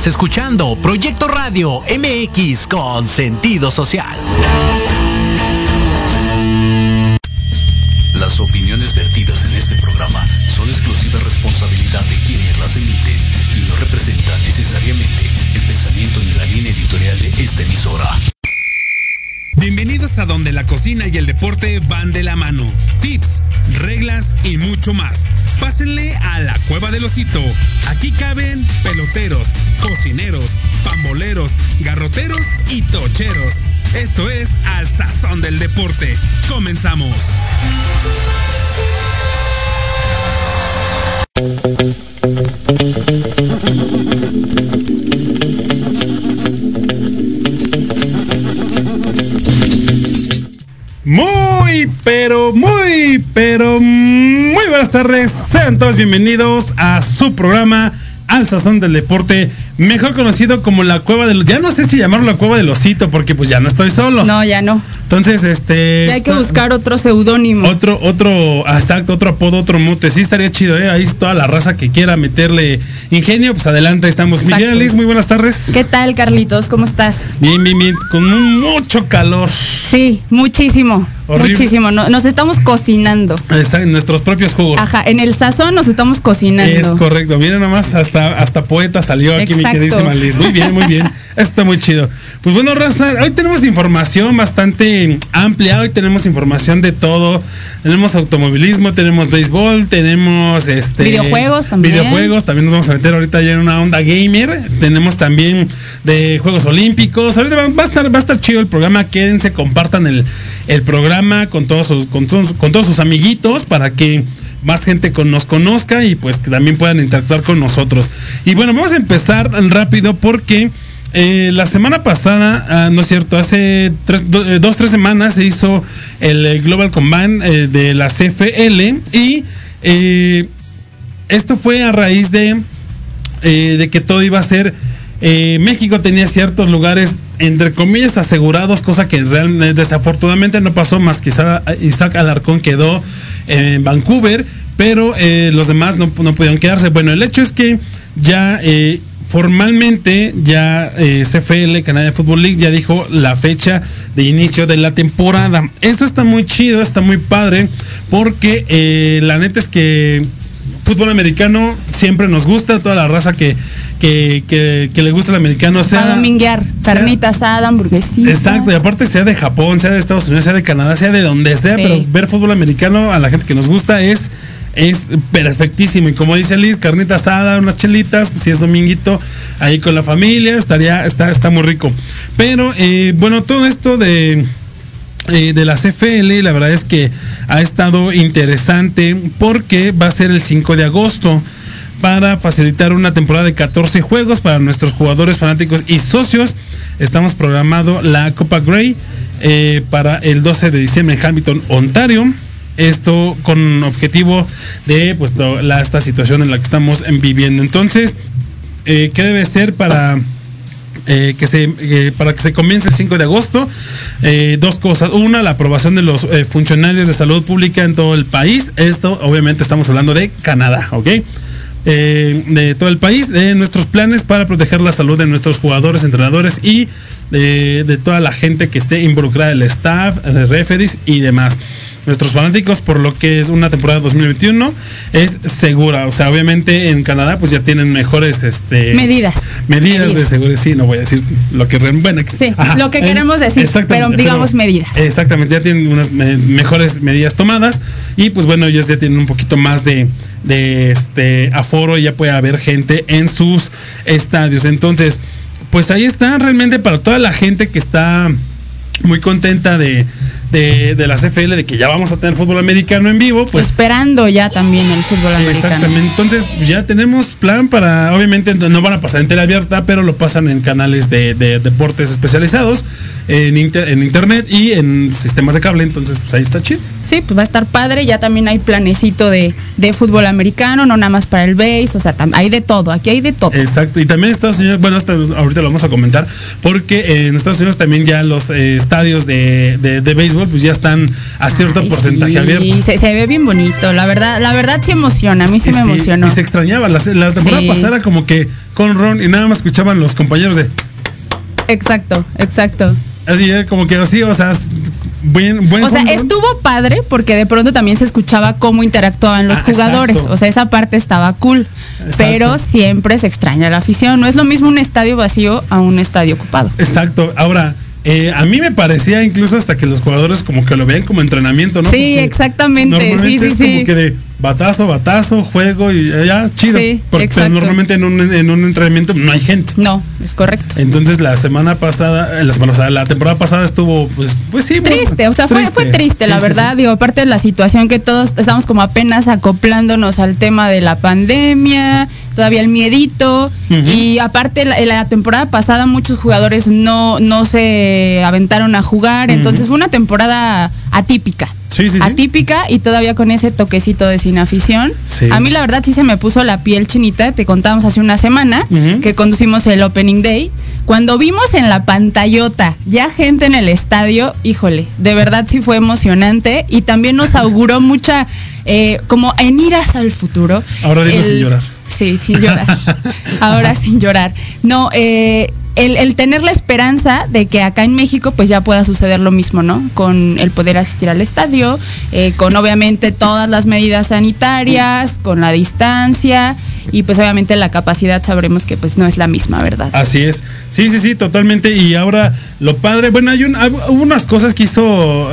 escuchando Proyecto Radio MX con sentido social. Las opiniones vertidas en este programa son exclusiva responsabilidad de quienes las emiten y no representan necesariamente el pensamiento ni la línea editorial de esta emisora. Bienvenidos a donde la cocina y el deporte van de la mano. Tips, reglas y mucho más. Pásenle a la Cueva del Osito. Aquí caben peloteros, cocineros, pamboleros, garroteros y tocheros. Esto es Al Sazón del Deporte. Comenzamos. Muy buenas tardes. Sean todos bienvenidos a su programa Al Sazón del Deporte, mejor conocido como la Cueva del... Ya no sé si llamarlo la Cueva del Osito, porque pues ya no estoy solo. No, ya no. Entonces, ya hay que buscar otro seudónimo. Otro apodo, otro mote. Sí, estaría chido, ¿eh? Ahí toda la raza que quiera meterle ingenio, pues adelante, estamos. Miguel Alice, muy buenas tardes. ¿Qué tal, Carlitos? ¿Cómo estás? Bien. Con mucho calor. Sí, muchísimo. Horrible. Muchísimo. Nos estamos cocinando. Exacto, en nuestros propios jugos. Ajá, en el sazón nos estamos cocinando. Es correcto. Miren nomás, hasta poeta salió aquí. Exacto. Mi queridísima Liz. Muy bien. Está muy chido. Pues bueno, raza, hoy tenemos información bastante amplia. Hoy tenemos información de todo. Tenemos automovilismo, tenemos béisbol, tenemos videojuegos también. También nos vamos a meter ahorita ya en una onda gamer. Tenemos también de Juegos Olímpicos. Ahorita va a estar chido el programa. Quédense, compartan el programa con todos sus amiguitos para que más gente nos conozca y pues que también puedan interactuar con nosotros. Y bueno, vamos a empezar rápido porque la semana pasada, no es cierto, hace 2-3 semanas se hizo el Global Combine de la CFL y esto fue a raíz de que todo iba a ser México tenía ciertos lugares entre comillas asegurados, cosa que realmente desafortunadamente no pasó, más que Isaac Alarcón quedó en Vancouver, pero los demás no pudieron quedarse. Bueno, el hecho es que ya formalmente ya CFL, Canadian Football League, ya dijo la fecha de inicio de la temporada. Eso está muy chido, está muy padre, porque la neta es que fútbol americano siempre nos gusta, toda la raza que le gusta el americano, sea a dominguear, carnita asada, hamburguesita. Exacto, y aparte sea de Japón, sea de Estados Unidos, sea de Canadá, sea de donde sea, sí. Pero ver fútbol americano a la gente que nos gusta es perfectísimo. Y como dice Liz, carnita asada, unas chelitas, si es dominguito, ahí con la familia, está muy rico. Pero bueno, todo esto de la CFL, la verdad es que ha estado interesante porque va a ser el 5 de agosto para facilitar una temporada de 14 juegos para nuestros jugadores, fanáticos y socios. Estamos programado la Copa Grey para el 12 de diciembre en Hamilton, Ontario. Esto con objetivo de pues esta situación en la que estamos viviendo. Entonces, ¿qué debe ser para que se comience el 5 de agosto? Dos cosas. Una, la aprobación de los funcionarios de salud pública en todo el país. Esto obviamente estamos hablando de Canadá, ¿ok? De todo el país, de nuestros planes para proteger la salud de nuestros jugadores, entrenadores y de toda la gente que esté involucrada, el staff, referees y demás. Nuestros fanáticos, por lo que es una temporada 2021, es segura. O sea, obviamente en Canadá pues ya tienen mejores medidas de seguridad. Sí, no voy a decir lo que sí, lo que queremos decir, pero digamos medidas. Exactamente, ya tienen unas mejores medidas tomadas y pues bueno, ellos ya tienen un poquito más de aforo y ya puede haber gente en sus estadios. Entonces, pues ahí está, realmente para toda la gente que está muy contenta de la CFL, de que ya vamos a tener fútbol americano en vivo, pues esperando ya también el fútbol americano. Exactamente, entonces ya tenemos plan para, obviamente no van a pasar en tele abierta, pero lo pasan en canales de deportes especializados, en internet y en sistemas de cable, entonces pues ahí está chido. Sí, pues va a estar padre, ya también hay planecito de fútbol americano, no nada más para el béis, o sea, hay de todo, aquí hay de todo. Exacto, y también Estados Unidos, bueno, ahorita lo vamos a comentar, porque en Estados Unidos también ya los estadios de béisbol básquetbol, pues ya están a cierto porcentaje abierto. Sí, se ve bien bonito, la verdad sí emociona, a mí sí me emocionó. Y se extrañaba, la temporada pasada como que con Ron y nada más escuchaban los compañeros de... Exacto. Así como que así, o sea, buen o sea, estuvo padre porque de pronto también se escuchaba cómo interactuaban los jugadores. Exacto. O sea, esa parte estaba cool. Exacto. Pero siempre se extraña la afición. No es lo mismo un estadio vacío a un estadio ocupado. Exacto. Ahora, a mí me parecía incluso hasta que los jugadores como que lo veían como entrenamiento, ¿no? Sí, porque exactamente. Normalmente es como que de batazo, juego y ya, chido. Sí, pero normalmente en un entrenamiento no hay gente. No, es correcto. Entonces la temporada pasada estuvo, pues sí. Triste, o sea, fue triste, sí, la verdad. Sí. Digo, aparte de la situación que todos estamos como apenas acoplándonos al tema de la pandemia, todavía el miedito. Uh-huh. Y aparte la temporada pasada muchos jugadores no se aventaron a jugar, entonces fue una temporada atípica. Sí. Atípica y todavía con ese toquecito de sin afición. Sí. A mí la verdad sí se me puso la piel chinita. Te contamos hace una semana que conducimos el Opening Day. Cuando vimos en la pantallota ya gente en el estadio, híjole, de verdad sí fue emocionante y también nos auguró mucha, como en iras al futuro. Ahora digo sin llorar. Sí, sin llorar. Ahora sin llorar. No, el tener la esperanza de que acá en México pues ya pueda suceder lo mismo, ¿no? Con el poder asistir al estadio, con obviamente todas las medidas sanitarias, con la distancia y pues obviamente la capacidad sabremos que pues no es la misma, ¿verdad? Así es. Sí, totalmente. Y ahora lo padre, bueno, hubo unas cosas que hizo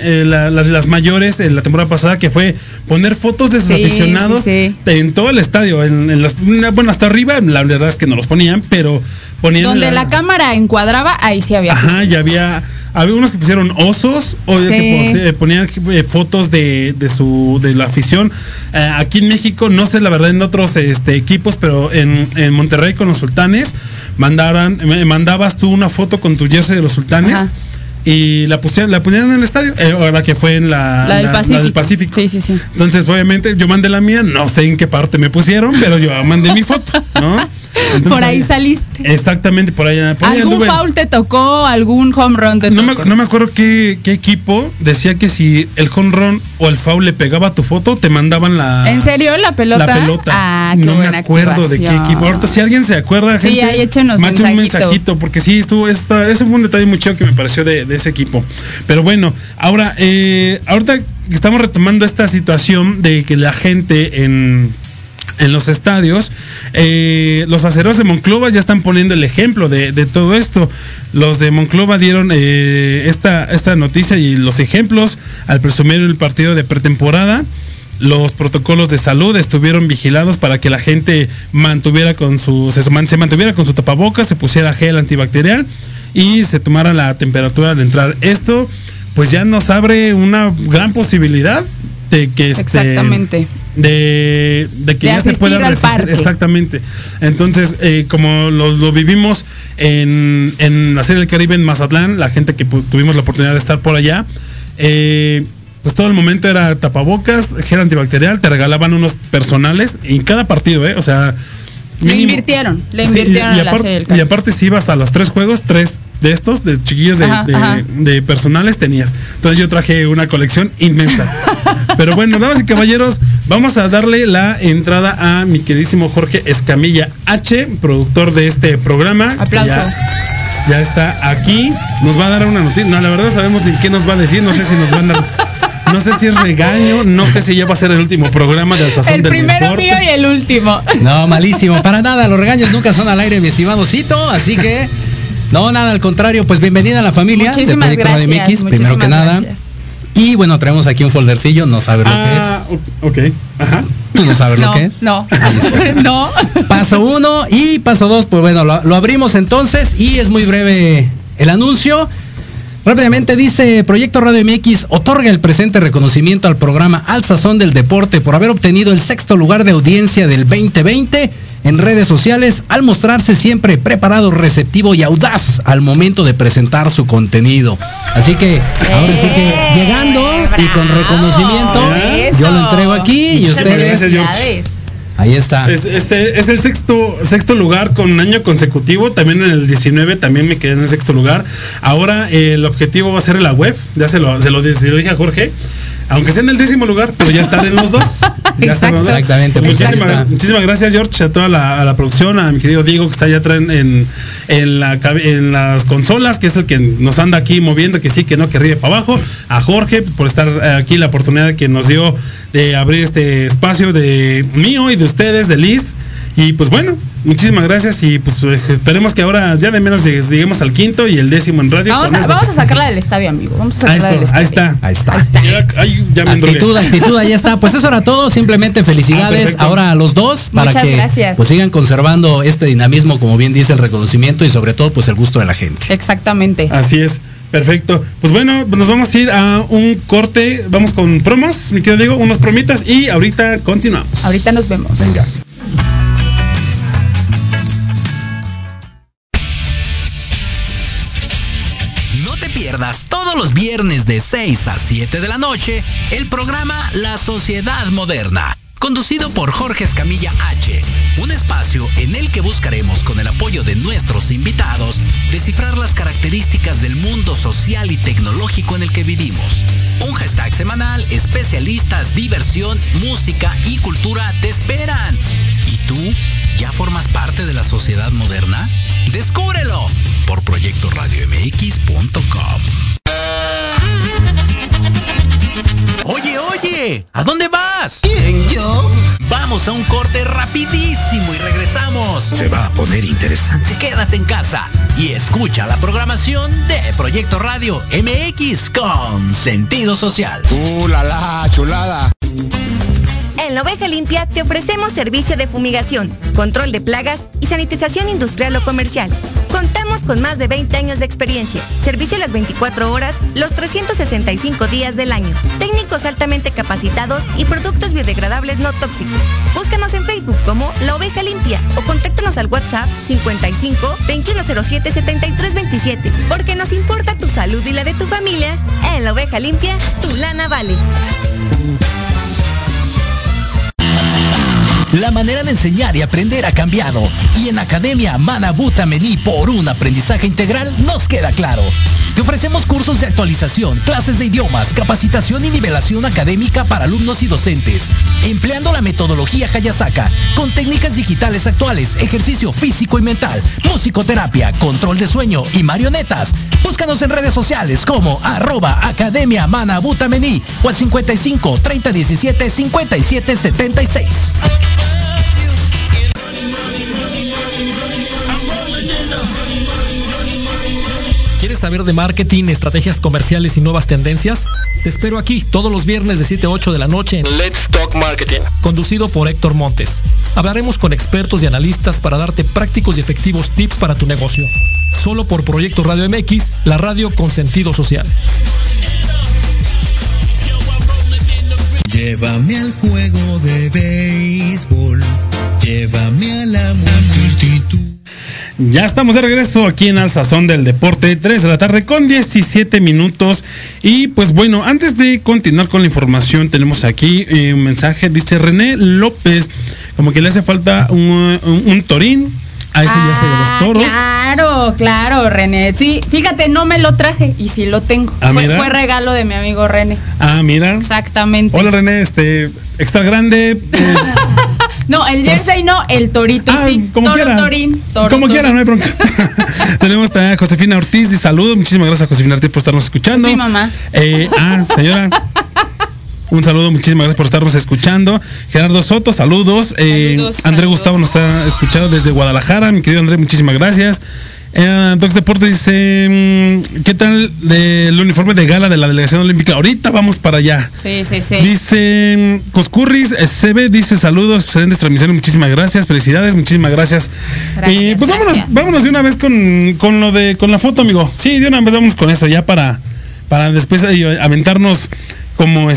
las mayores en la temporada pasada, que fue poner fotos de sus aficionados en todo el estadio, bueno, hasta arriba, la verdad es que no los ponían, pero ponían donde la cámara encuadraba, ahí sí había. Ajá, ya había unos que pusieron osos, o que ponían fotos de la afición. Aquí en México, no sé la verdad en otros equipos, pero en Monterrey con los Sultanes mandabas tú una foto con tu jersey de los Sultanes. Ajá. Y la ponían en el estadio, la que fue en la del Pacífico. Sí. Entonces, obviamente, yo mandé la mía, no sé en qué parte me pusieron, pero yo mandé mi foto, ¿no? Entonces, por ahí saliste. Exactamente, por allá. ¿Algún foul te tocó? ¿Algún home run te tocó? No me acuerdo qué equipo decía que si el home run o el foul le pegaba a tu foto, te mandaban la... ¿En serio? ¿La pelota? La pelota. Ah, qué no buena me acuerdo activación. De qué equipo. Ahorita, si alguien se acuerda, gente, sí, ahí échenos un mensajito, porque sí, ese fue un detalle muy chido que me pareció de ese equipo. Pero bueno, ahora, ahorita estamos retomando esta situación de que la gente en los estadios, los acereros de Monclova ya están poniendo el ejemplo de todo esto. Los de Monclova dieron esta noticia y los ejemplos al presumir el partido de pretemporada. Los protocolos de salud estuvieron vigilados para que la gente se mantuviera con su tapabocas, se pusiera gel antibacterial y se tomara la temperatura al entrar. Esto pues ya nos abre una gran posibilidad de que exactamente de que ya se pueda resistir. Exactamente. Entonces, como lo vivimos en la Serie del Caribe en Mazatlán, la gente que tuvimos la oportunidad de estar por allá, pues todo el momento era tapabocas, gel antibacterial, te regalaban unos personales en cada partido, o sea, mínimo. Le invirtieron a la Serie del Caribe. Y aparte, si ibas a los 3 juegos, 3 de estos, de chiquillos de personales tenías. Entonces yo traje una colección inmensa. Pero bueno, damas y caballeros, vamos a darle la entrada a mi queridísimo Jorge Escamilla H, productor de este programa. Aplauso. Ya está aquí. Nos va a dar una noticia. No, la verdad sabemos ni qué nos va a decir. No sé si nos van a... No sé si es regaño, no sé si ya va a ser el último programa del Sazón del Deporte. El primero mío y el último. No, malísimo. Para nada, los regaños nunca son al aire, mi estimado Cito, así que... No, nada, al contrario, pues bienvenida a la familia de Proyecto Radio MX, primero que nada. Gracias. Y bueno, traemos aquí un foldercillo, no sabes lo que es. Ok, ajá. ¿Tú no sabes lo que es? No, no. Paso 1 y paso 2, pues bueno, lo abrimos entonces y es muy breve el anuncio. Rápidamente dice, Proyecto Radio MX otorga el presente reconocimiento al programa Al Sazón del Deporte por haber obtenido el 6º lugar de audiencia del 2020 en redes sociales al mostrarse siempre preparado, receptivo y audaz al momento de presentar su contenido. Así que ahora sí que llegando y con reconocimiento, yo lo entrego aquí y ustedes... Ahí está. Es el sexto lugar con un año consecutivo. También en el 19 también me quedé en el sexto lugar. Ahora el objetivo va a ser en la web. Ya se lo dije a Jorge. Aunque sea en el 10º lugar, pero ya estar en los dos. Exactamente. Muchísimas gracias, George, a toda la producción, a mi querido Diego que está allá atrás en las consolas, que es el que nos anda aquí moviendo, que sí, que no, que ríe para abajo. A Jorge por estar aquí, la oportunidad que nos dio de abrir este espacio de mío y de ustedes, de Liz. Y pues bueno, muchísimas gracias y pues esperemos que ahora ya de menos lleguemos al 5º y el 10º en radio. Vamos a sacarla del estadio, amigo. Vamos a sacarla del estadio. Ahí está. Ya me actitud, ahí está. Pues eso era todo, simplemente felicidades ahora a los dos para Muchas que gracias. Pues sigan conservando este dinamismo, como bien dice, el reconocimiento y sobre todo pues el gusto de la gente. Exactamente. Así es. Perfecto. Pues bueno, nos vamos a ir a un corte. Vamos con promos, mi querido Diego, unos promitas y ahorita continuamos. Ahorita nos vemos. Venga. Todos los viernes de 6 a 7 de la noche, el programa La Sociedad Moderna, conducido por Jorge Escamilla H. Un espacio en el que buscaremos, con el apoyo de nuestros invitados, descifrar las características del mundo social y tecnológico en el que vivimos. Un hashtag semanal, especialistas, diversión, música y cultura te esperan. ¿Y tú ya formas parte de la sociedad moderna? ¡Descúbrelo! Por proyectoradiomx.com. Oye, ¿a dónde vas? ¿Quién, yo? Vamos a un corte rapidísimo y regresamos. Se va a poner interesante. Quédate en casa y escucha la programación de Proyecto Radio MX con sentido social. La chulada. En La Oveja Limpia te ofrecemos servicio de fumigación, control de plagas y sanitización industrial o comercial. Contamos con más de 20 años de experiencia, servicio las 24 horas, los 365 días del año, técnicos altamente capacitados y productos biodegradables no tóxicos. Búscanos en Facebook como La Oveja Limpia o contáctanos al WhatsApp 55 2107 7327, porque nos importa tu salud y la de tu familia. En La Oveja Limpia, tu lana vale. La manera de enseñar y aprender ha cambiado, y en Academia Manabuta Mení, por un aprendizaje integral, nos queda claro. Te ofrecemos cursos de actualización, clases de idiomas, capacitación y nivelación académica para alumnos y docentes, empleando la metodología Hayasaka, con técnicas digitales actuales, ejercicio físico y mental, musicoterapia, control de sueño y marionetas. Búscanos en redes sociales como @Academia Manabuta Mení o al 55 30 17 57 76. ¿Quieres saber de marketing, estrategias comerciales y nuevas tendencias? Te espero aquí todos los viernes de 7 a 8 de la noche en Let's Talk Marketing, conducido por Héctor Montes. Hablaremos con expertos y analistas para darte prácticos y efectivos tips para tu negocio. Solo por Proyecto Radio MX, la radio con sentido social. Llévame al juego de béisbol, llévame a la multitud. Ya estamos de regreso aquí en Al Sazón del Deporte, 3 de la tarde con 17 minutos. Y pues bueno, antes de continuar con la información, tenemos aquí un mensaje. Dice René López, como que le hace falta un torín. A ese ya se de los toros. Claro, René. Sí, fíjate, no me lo traje y sí lo tengo. Fue regalo de mi amigo René. Ah, mira. Exactamente. Hola, René, extra grande. No, el jersey no, el torito sí. Como quiera. Como quiera, no hay bronca. Tenemos también a Josefina Ortiz, saludos. Muchísimas gracias a Josefina Ortiz por estarnos escuchando. Es mi mamá. Señora. Un saludo, muchísimas gracias por estarnos escuchando. Gerardo Soto, saludos. André Gustavo nos está escuchando desde Guadalajara. Mi querido André, muchísimas gracias. Docs Deportes dice, ¿qué tal del uniforme de gala de la delegación olímpica? Ahorita vamos para allá. Sí. Dice Coscurris, CB dice saludos, excelentes transmisiones, muchísimas gracias, felicidades, muchísimas gracias. Pues vámonos de una vez con la foto, amigo. Sí, de una vez vámonos con eso, ya para después aventarnos como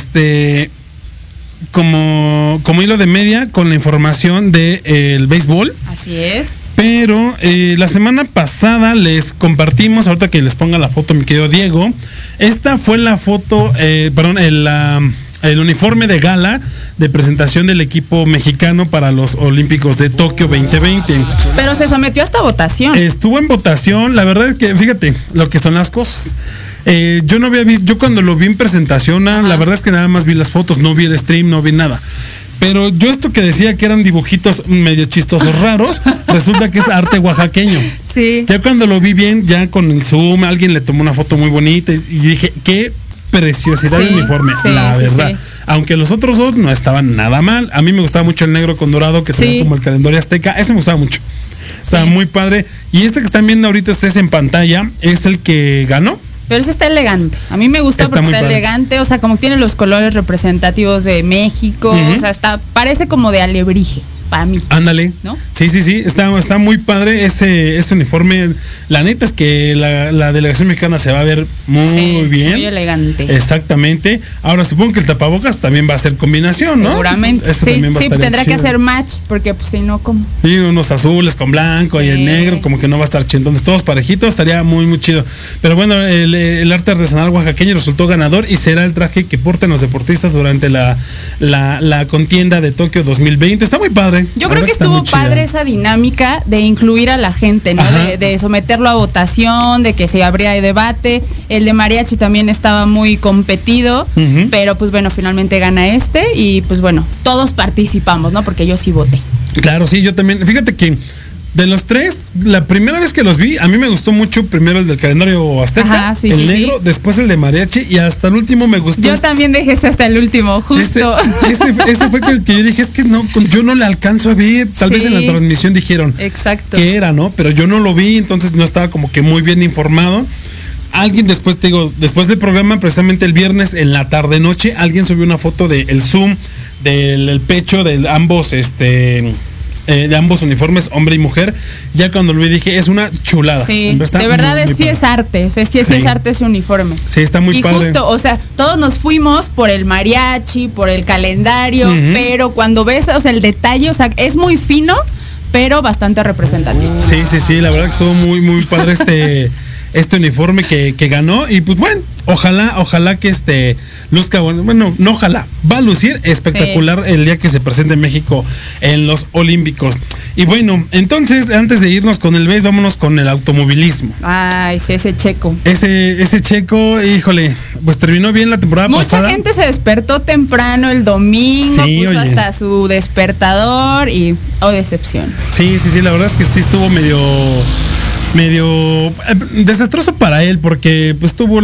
hilo de media con la información del béisbol. Así es. Pero la semana pasada les compartimos, ahorita que les ponga la foto mi querido Diego, esta fue la foto, el uniforme de gala de presentación del equipo mexicano para los Olímpicos de Tokio 2020. Pero se sometió hasta votación. Estuvo en votación, la verdad es que, fíjate, lo que son las cosas. Yo no había visto, yo cuando lo vi en presentación, la verdad es que nada más vi las fotos, no vi el stream, no vi nada. Pero yo esto que decía que eran dibujitos medio chistosos raros, resulta que es arte oaxaqueño. Sí. Ya cuando lo vi bien, ya con el zoom, alguien le tomó una foto muy bonita y dije, qué preciosidad de uniforme, la verdad. Sí. Aunque los otros dos no estaban nada mal. A mí me gustaba mucho el negro con dorado, que tenía como el calendario azteca. Ese me gustaba mucho. Está muy padre. Y este que están viendo ahorita, ustedes en pantalla, es el que ganó. Pero ese está elegante. A mí me gusta porque está elegante, o sea, como tiene los colores representativos de México, o sea, parece como de alebrije para mí. Ándale. ¿No? Sí, está muy padre ese uniforme. La neta es que la delegación mexicana se va a ver muy bien. Muy elegante. Exactamente. Ahora supongo que el tapabocas también va a ser combinación, ¿no? Seguramente. Sí, tendrá que hacer match, porque pues si no, ¿cómo? Sí, unos azules con blanco y el negro, como que no va a estar chido. Entonces todos parejitos, estaría muy, muy chido. Pero bueno, el arte artesanal oaxaqueño resultó ganador y será el traje que porten los deportistas durante la contienda de Tokio 2020. Está muy padre. Yo creo que estuvo padre esa dinámica de incluir a la gente, ¿no? De someterlo a votación, de que se abría debate. El de mariachi también estaba muy competido, pero pues bueno, finalmente gana y pues bueno, todos participamos, ¿no? Porque yo sí voté. Claro, sí, yo también. Fíjate que de los tres, la primera vez que los vi, a mí me gustó mucho primero el del calendario azteca, el negro, después el de mariachi y hasta el último me gustó. Yo también dejé hasta el último, justo. Ese fue el que yo dije, es que no, yo no le alcanzo a ver. Tal vez en la transmisión dijeron que era, ¿no? Pero yo no lo vi, entonces no estaba como que muy bien informado. Alguien después, después del programa, precisamente el viernes en la tarde noche, alguien subió una foto del zoom del pecho de ambos de ambos uniformes, hombre y mujer. Ya cuando lo vi dije, es una chulada. Sí, de verdad es arte, o sea, es arte ese uniforme. Sí, está muy padre. Y justo, o sea, todos nos fuimos por el mariachi, por el calendario, pero cuando ves, o sea, el detalle, o sea, es muy fino, pero bastante representativo. Sí, la verdad que estuvo muy, muy padre este uniforme que ganó. Y pues bueno, ojalá que luzca, bueno, no ojalá, va a lucir espectacular el día que se presente en México en los Olímpicos. Y bueno, entonces, antes de irnos con el BES, vámonos con el automovilismo. Ay, sí, ese Checo. Ese Checo, híjole, pues terminó bien la temporada pasada. Mucha gente se despertó temprano el domingo, puso hasta su despertador y, decepción. Sí, la verdad es que sí estuvo medio desastroso para él, porque pues tuvo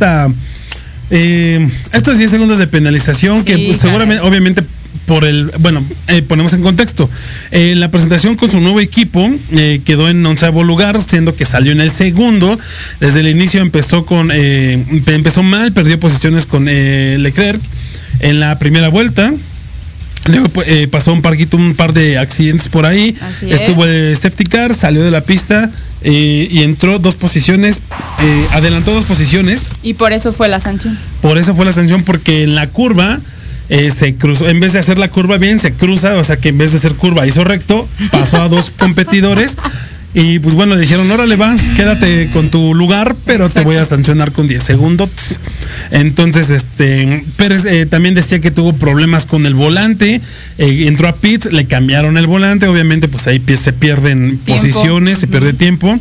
estos 10 segundos de penalización que pues, seguramente, obviamente ponemos en contexto. La presentación con su nuevo equipo quedó en 11º lugar, siendo que salió en el segundo. Desde el inicio empezó mal, perdió posiciones con Leclerc en la primera vuelta. Luego pasó un par de accidentes por ahí. Estuvo el safety car, salió de la pista y entró 2 posiciones, adelantó 2 posiciones. Y por eso fue la sanción. Porque en la curva se cruzó, en vez de hacer la curva bien, se cruza, o sea que en vez de hacer curva hizo recto, pasó a 2 competidores. Y pues bueno, le dijeron, órale va, quédate con tu lugar, pero te voy a sancionar con 10 segundos. Entonces, Pérez también decía que tuvo problemas con el volante, entró a pits, le cambiaron el volante, obviamente pues ahí se pierden posiciones, se pierde tiempo.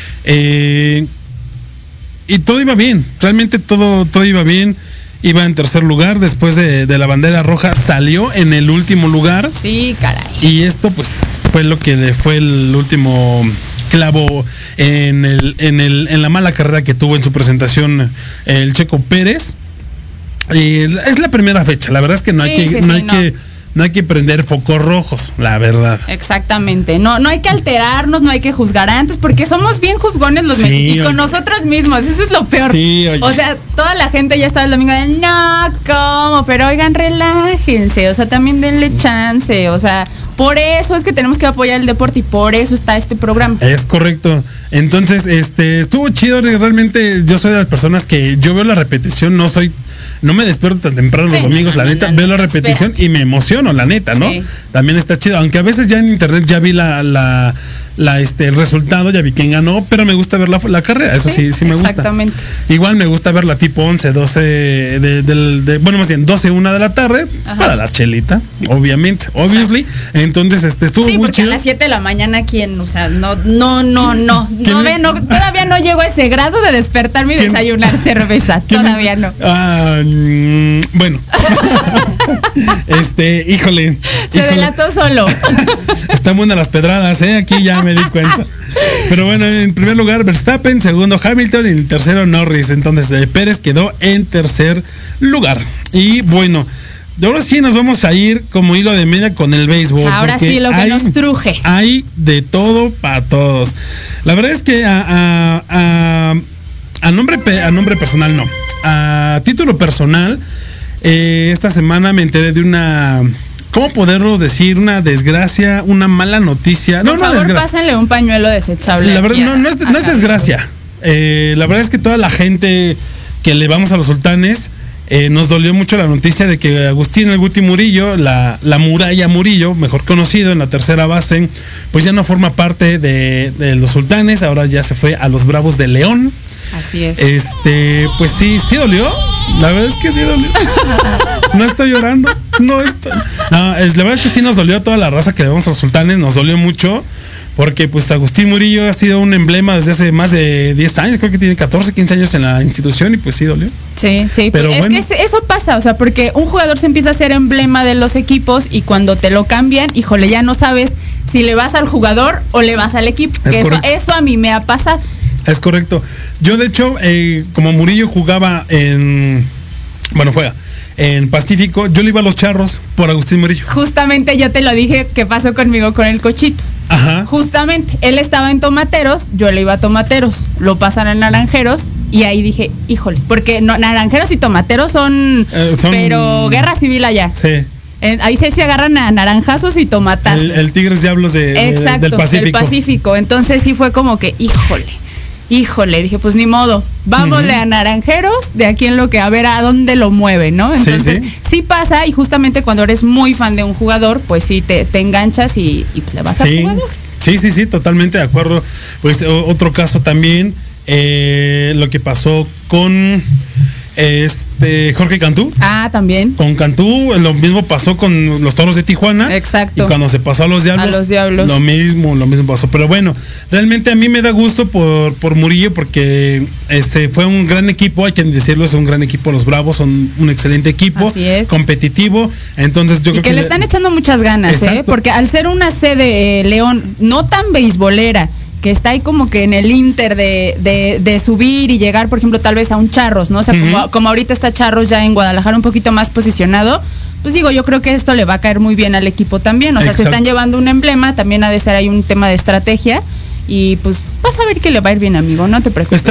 Y todo iba bien, realmente todo iba bien. Iba en tercer lugar, después de la bandera roja salió en el último lugar. Sí, caray. Y esto pues fue lo que le fue el último clavo en la mala carrera que tuvo en su presentación el Checo Pérez. Es la primera fecha, la verdad es que no hay que prender focos rojos, la verdad. Exactamente. No hay que alterarnos, no hay que juzgar antes, porque somos bien juzgones los mexicanos. Y con nosotros mismos, eso es lo peor. Sí, oye. O sea, toda la gente ya estaba el domingo de, no, ¿cómo? Pero oigan, relájense, o sea, también denle chance, o sea, por eso es que tenemos que apoyar el deporte y por eso está este programa. Es correcto. Entonces, estuvo chido, realmente yo soy de las personas que yo veo la repetición, no soy no me despierto tan temprano los domingos, la neta, veo la repetición y me emociono, la neta, ¿no? Sí. También está chido, aunque a veces ya en internet ya vi el resultado, ya vi quién ganó, pero me gusta ver la carrera, eso sí me gusta. Exactamente. Igual me gusta ver la tipo 11, 12 bueno, más bien 12, 1 de la tarde, para la chelita, obviamente, obviously. Entonces, estuvo muy porque chido. A las 7 de la mañana, ¿quién? O sea, todavía no llego a ese grado de despertarme y desayunar cerveza, todavía no. Bueno. Híjole. Se delató solo. Están buenas las pedradas, aquí ya me di cuenta. Pero bueno, en primer lugar Verstappen, segundo Hamilton y en tercero Norris. Entonces Pérez quedó en tercer lugar. Y bueno, ahora sí nos vamos a ir como hilo de media con el béisbol. Ahora sí, lo que nos truje. Hay de todo para todos. La verdad es que a nombre personal no. A título personal, esta semana me enteré de una... ¿Cómo poderlo decir? Una desgracia, una mala noticia. Por favor, pásenle un pañuelo desechable. La verdad, no es desgracia. La verdad es que toda la gente que le vamos a los Sultanes, nos dolió mucho la noticia de que Agustín El Guti Murillo, la Muralla Murillo, mejor conocido en la tercera base, pues ya no forma parte de los Sultanes, ahora ya se fue a los Bravos de León. Así es. Pues sí dolió. La verdad es que sí dolió. No estoy llorando. La verdad es que sí nos dolió a toda la raza que le vamos a los Sultanes, nos dolió mucho. Porque pues Agustín Murillo ha sido un emblema desde hace más de 10 años, creo que tiene 14, 15 años en la institución y pues sí dolió. Sí, pero es bueno. Que eso pasa, o sea, porque un jugador se empieza a ser emblema de los equipos y cuando te lo cambian, híjole, ya no sabes si le vas al jugador o le vas al equipo. Eso a mí me ha pasado. Es correcto. Yo de hecho, como Murillo juega en Pacífico, yo le iba a los Charros por Agustín Murillo. Justamente yo te lo dije que pasó conmigo con el Cochito. Ajá. Justamente, él estaba en Tomateros, yo le iba a Tomateros, lo pasan a Naranjeros y ahí dije, híjole, porque Naranjeros y Tomateros son pero guerra civil allá. Sí. Ahí se agarran a naranjazos y tomatazos. El Tigres Diablos del Pacífico. Del Pacífico. Entonces sí fue como que, híjole, dije, pues ni modo, vámosle a Naranjeros, de aquí en lo que a ver a dónde lo mueve, ¿no? Entonces sí pasa, y justamente cuando eres muy fan de un jugador, pues sí te enganchas y le vas al jugador. Sí, totalmente de acuerdo. Pues otro caso también, lo que pasó con Jorge Cantú. También. Con Cantú, lo mismo pasó con los Toros de Tijuana. Exacto. Y cuando se pasó a los Diablos. Lo mismo pasó. Pero bueno, realmente a mí me da gusto por Murillo porque fue un gran equipo, hay que decirlo, es un gran equipo. Los Bravos son un excelente equipo. Así es. Competitivo. Entonces yo creo que le están echando muchas ganas, porque al ser una sede León no tan beisbolera, que está ahí como que en el inter de subir y llegar, por ejemplo, tal vez a un Charros, ¿no? O sea, como ahorita está Charros ya en Guadalajara un poquito más posicionado, pues digo, yo creo que esto le va a caer muy bien al equipo también. O sea, se están llevando un emblema, también ha de ser ahí un tema de estrategia. Y pues vas a ver que le va a ir bien, amigo, no te preocupes.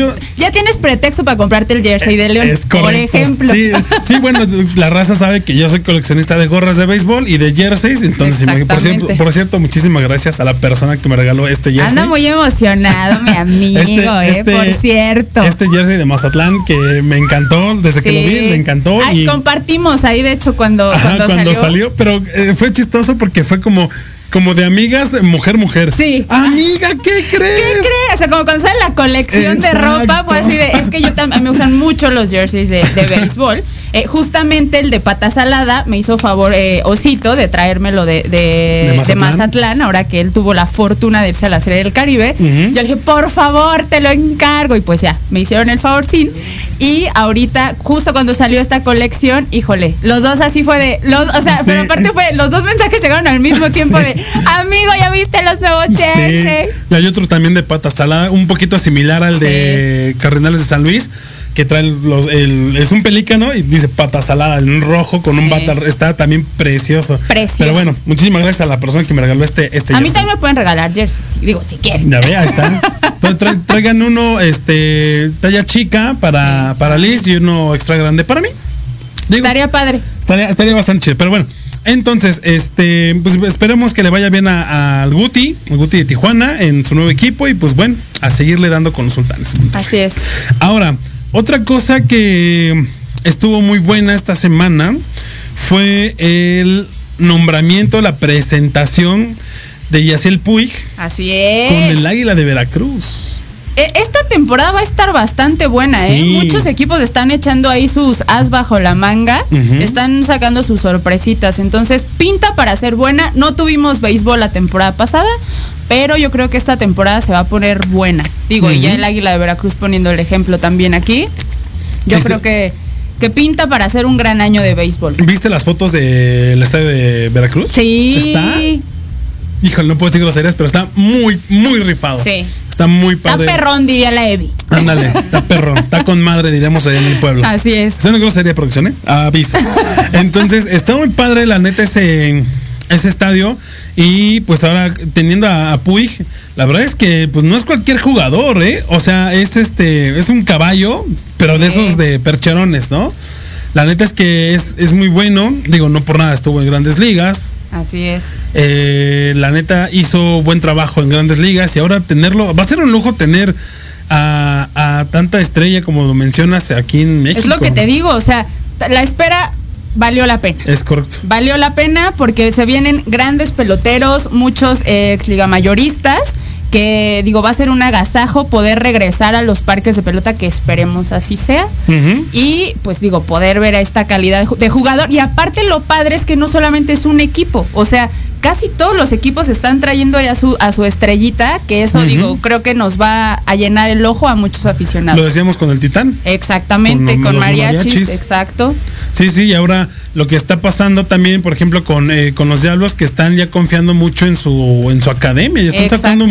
Ya tienes pretexto para comprarte el jersey de León, por ejemplo. Sí, bueno, la raza sabe que yo soy coleccionista de gorras de béisbol y de jerseys, entonces por cierto, muchísimas gracias a la persona que me regaló este jersey. Anda muy emocionado, mi amigo, por cierto. Este jersey de Mazatlán que me encantó, desde que lo vi, me encantó. Y compartimos ahí, de hecho, cuando salió, pero fue chistoso porque fue como de amigas, mujer. Sí. Amiga, ¿qué crees? O sea, como cuando sale la colección de ropa, fue así de, es que yo también me usan mucho los jerseys de béisbol. Justamente el de pata salada me hizo favor Osito de traérmelo de Mazatlán, ahora que él tuvo la fortuna de irse a la Serie del Caribe. Yo le dije, por favor, te lo encargo. Y pues ya, me hicieron el favorcín. Y ahorita, justo cuando salió esta colección, híjole, los dos así fue de, pero aparte fue, los dos mensajes llegaron al mismo tiempo de, amigo, ¿ya viste los nuevos jerseys? Y hay otro también de pata salada, un poquito similar al de Cardenales de San Luis, que trae es un pelícano y dice pata salada en rojo con un bata, está también precioso. Pero bueno, muchísimas gracias a la persona que me regaló este jersey. A mí también me pueden regalar jerseys, digo, si quieren. Ya ve, ahí están. Traigan uno talla chica para Liz y uno extra grande para mí. Digo, estaría padre. Estaría bastante chido, pero bueno. Entonces, pues esperemos que le vaya bien al Guti de Tijuana en su nuevo equipo y pues bueno, a seguirle dando con los Sultanes. Así es. Ahora, otra cosa que estuvo muy buena esta semana fue el nombramiento, la presentación de Yaciel Puig. Así es. Con el Águila de Veracruz. Esta temporada va a estar bastante buena, sí. Muchos equipos están echando ahí sus as bajo la manga, están sacando sus sorpresitas, entonces pinta para ser buena. No tuvimos béisbol la temporada pasada, pero yo creo que esta temporada se va a poner buena. Digo, y ya el Águila de Veracruz poniendo el ejemplo también aquí. Yo creo que pinta para hacer un gran año de béisbol. ¿Viste las fotos del estadio de Veracruz? Sí. ¿Está? Híjole, no puedo decir groserías, pero está muy, muy rifado. Sí. Está muy padre. Está perrón, diría la Evi. Ándale, está perrón. Está con madre, diríamos allá en el pueblo. Así es. ¿Es una grosería, producción, eh? Aviso. Entonces, está muy padre, la neta, ese estadio. Y pues ahora, teniendo a Puig, la verdad es que pues no es cualquier jugador, ¿eh? O sea, es un caballo, pero de esos de percherones, ¿no? La neta es que es muy bueno. Digo, no por nada estuvo en Grandes Ligas. Así es. La neta hizo buen trabajo en Grandes Ligas y ahora tenerlo, va a ser un lujo tener a tanta estrella como lo mencionas aquí en México. Es lo que te digo, o sea, la espera valió la pena. Es correcto. Valió la pena porque se vienen grandes peloteros, muchos ex liga mayoristas, que digo, va a ser un agasajo poder regresar a los parques de pelota, que esperemos así sea. Y pues digo, poder ver a esta calidad de jugador. Y aparte lo padre es que no solamente es un equipo, o sea, casi todos los equipos están trayendo ya a su estrellita, que eso digo, creo que nos va a llenar el ojo a muchos aficionados. Lo decíamos con el Titán. Exactamente, con mariachis, exacto. Sí, y ahora lo que está pasando también, por ejemplo, con los Diablos, que están ya confiando mucho en su academia, y están sacando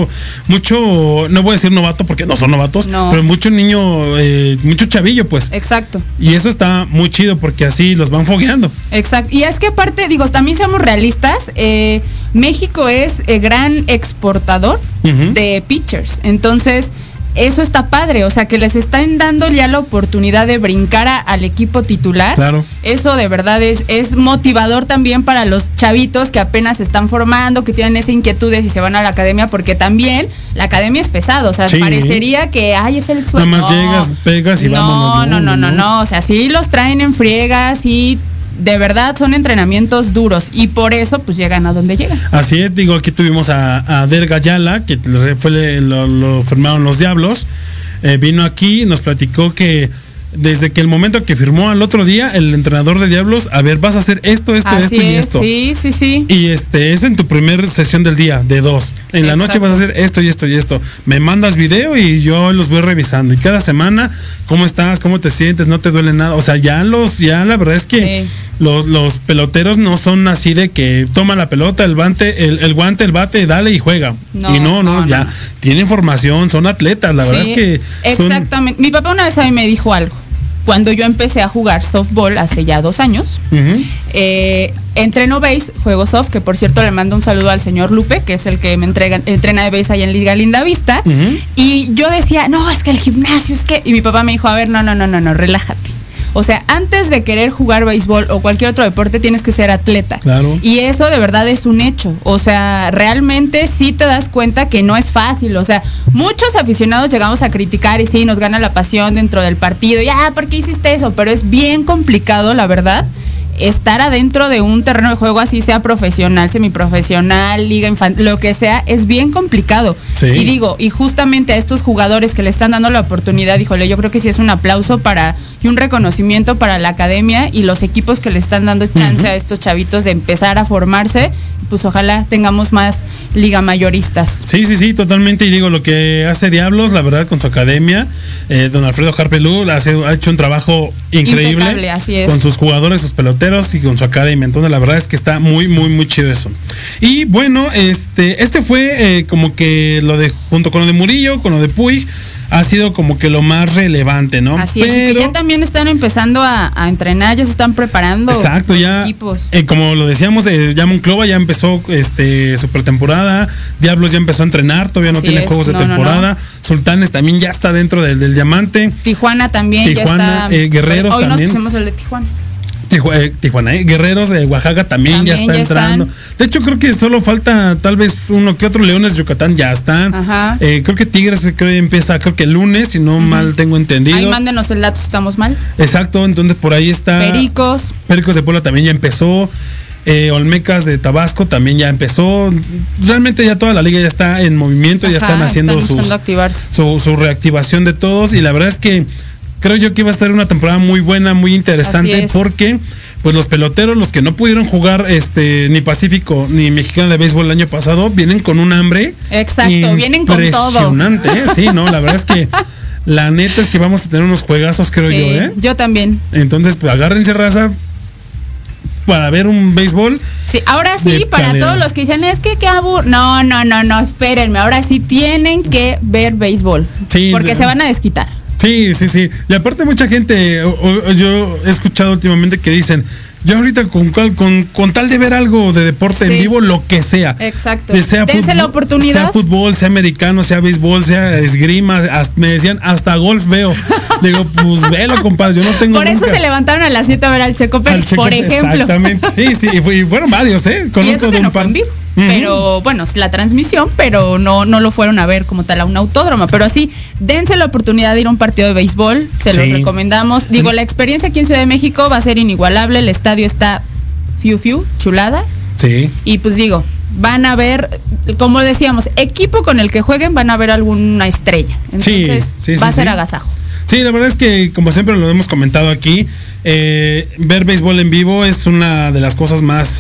mucho, no voy a decir novato porque no son novatos, pero mucho niño, mucho chavillo, pues. Exacto. Y eso está muy chido porque así los van fogueando. Exacto. Y es que aparte, digo, también seamos realistas, México es gran exportador de pitchers, entonces eso está padre, o sea, que les están dando ya la oportunidad de brincar al equipo titular. Claro. Eso de verdad es motivador también para los chavitos que apenas se están formando, que tienen esa inquietud de si se van a la academia, porque también la academia es pesada, o sea, parecería que es el sueño. Nada más llegas, pegas y vámonos. No, o sea, sí los traen en friegas y de verdad son entrenamientos duros y por eso pues llegan a donde llegan. Así es, digo, aquí tuvimos a Derga Ayala, que lo firmaron los Diablos, vino aquí, nos platicó que desde que el momento que firmó al otro día, el entrenador de Diablos, a ver, vas a hacer esto y esto. Sí. Y eso en tu primer sesión del día, de 2. En la noche vas a hacer esto y esto y esto. Me mandas video y yo los voy revisando. Y cada semana, ¿cómo estás? ¿Cómo te sientes? ¿No te duele nada? O sea, ya la verdad es que los peloteros no son así de que toma la pelota, el guante, el bate, dale y juega. No, ya tienen formación, son atletas, la verdad es que exactamente. Mi papá una vez a mí me dijo algo. Cuando yo empecé a jugar softball hace ya 2 años, entreno base, juego soft, que por cierto le mando un saludo al señor Lupe, que es el que me entrena de base ahí en Liga Linda Vista. Y yo decía, no, es que el gimnasio, y mi papá me dijo, a ver, no, relájate. O sea, antes de querer jugar béisbol o cualquier otro deporte tienes que ser atleta. Claro. Y eso de verdad es un hecho. O sea, realmente sí te das cuenta que no es fácil. O sea, muchos aficionados llegamos a criticar y sí, nos gana la pasión dentro del partido. Y, ¿por qué hiciste eso? Pero es bien complicado, la verdad, estar adentro de un terreno de juego, así sea profesional, semiprofesional, liga infantil, lo que sea, es bien complicado. Sí. Y justamente a estos jugadores que le están dando la oportunidad, híjole, yo creo que sí es un aplauso y un reconocimiento para la academia y los equipos que le están dando chance a estos chavitos de empezar a formarse. Pues ojalá tengamos más liga mayoristas. Sí, totalmente. Y digo, lo que hace Diablos, la verdad, con su academia, don Alfredo Harpelú ha hecho un trabajo increíble. Impecable, así es. Con sus jugadores, sus peloteros y con su academia. Entonces, la verdad es que está muy, muy, muy chido eso. Y bueno, este fue como que junto con lo de Murillo, con lo de Puig, ha sido como que lo más relevante, ¿no? Así es, y que ya también están empezando a entrenar, ya se están preparando. Exacto, ya equipos. Como lo decíamos, ya Monclova ya empezó su pretemporada, Diablos ya empezó a entrenar, todavía no tiene juegos de temporada, Sultanes también ya está dentro del Diamante. Tijuana también ya está. Guerreros hoy también. Nos pusimos el de Tijuana. Tijuana, Guerreros de Oaxaca también ya está entrando. De hecho, creo que solo falta tal vez uno que otro. Leones de Yucatán ya están. Creo que Tigres empieza, creo que el lunes, si no mal tengo entendido. Ahí mándenos el dato si estamos mal. Exacto, entonces por ahí está. Pericos de Puebla también ya empezó. Olmecas de Tabasco también ya empezó. Realmente ya toda la liga ya está en movimiento, ya están haciendo su reactivación de todos. Y la verdad es que creo yo que iba a ser una temporada muy buena, muy interesante, porque pues los peloteros, los que no pudieron jugar ni Pacífico ni Mexicana de Béisbol el año pasado, vienen con un hambre. Exacto, vienen con todo. Impresionante, sí, no, la verdad es que la neta es que vamos a tener unos juegazos, creo yo, Yo también. Entonces, pues agárrense, raza, para ver un béisbol. Sí, ahora sí, para todos los que dicen, es que qué aburrido. No, espérenme, ahora sí tienen que ver béisbol. Sí, porque se van a desquitar. Sí. Y aparte mucha gente, yo he escuchado últimamente que dicen, yo ahorita con tal de ver algo de deporte en vivo, lo que sea. Exacto. Sea dense la oportunidad. Sea fútbol, sea americano, sea béisbol, sea esgrima, me decían, hasta golf veo. Digo, pues velo, compadre, yo no tengo Por eso se levantaron a las 7 a ver al Checo Pérez, por ejemplo. Exactamente, sí, y fueron varios, Conozco y eso que no fue en vivo. Pero bueno, la transmisión, pero no lo fueron a ver como tal a un autódromo. Pero así, dense la oportunidad de ir a un partido de béisbol, se los recomendamos. Digo, la experiencia aquí en Ciudad de México va a ser inigualable, el estadio está chulada. Sí. Y pues digo, van a ver, como decíamos, equipo con el que jueguen van a ver alguna estrella. Entonces va a ser agasajo. Sí, la verdad es que, como siempre lo hemos comentado aquí, ver béisbol en vivo es una de las cosas más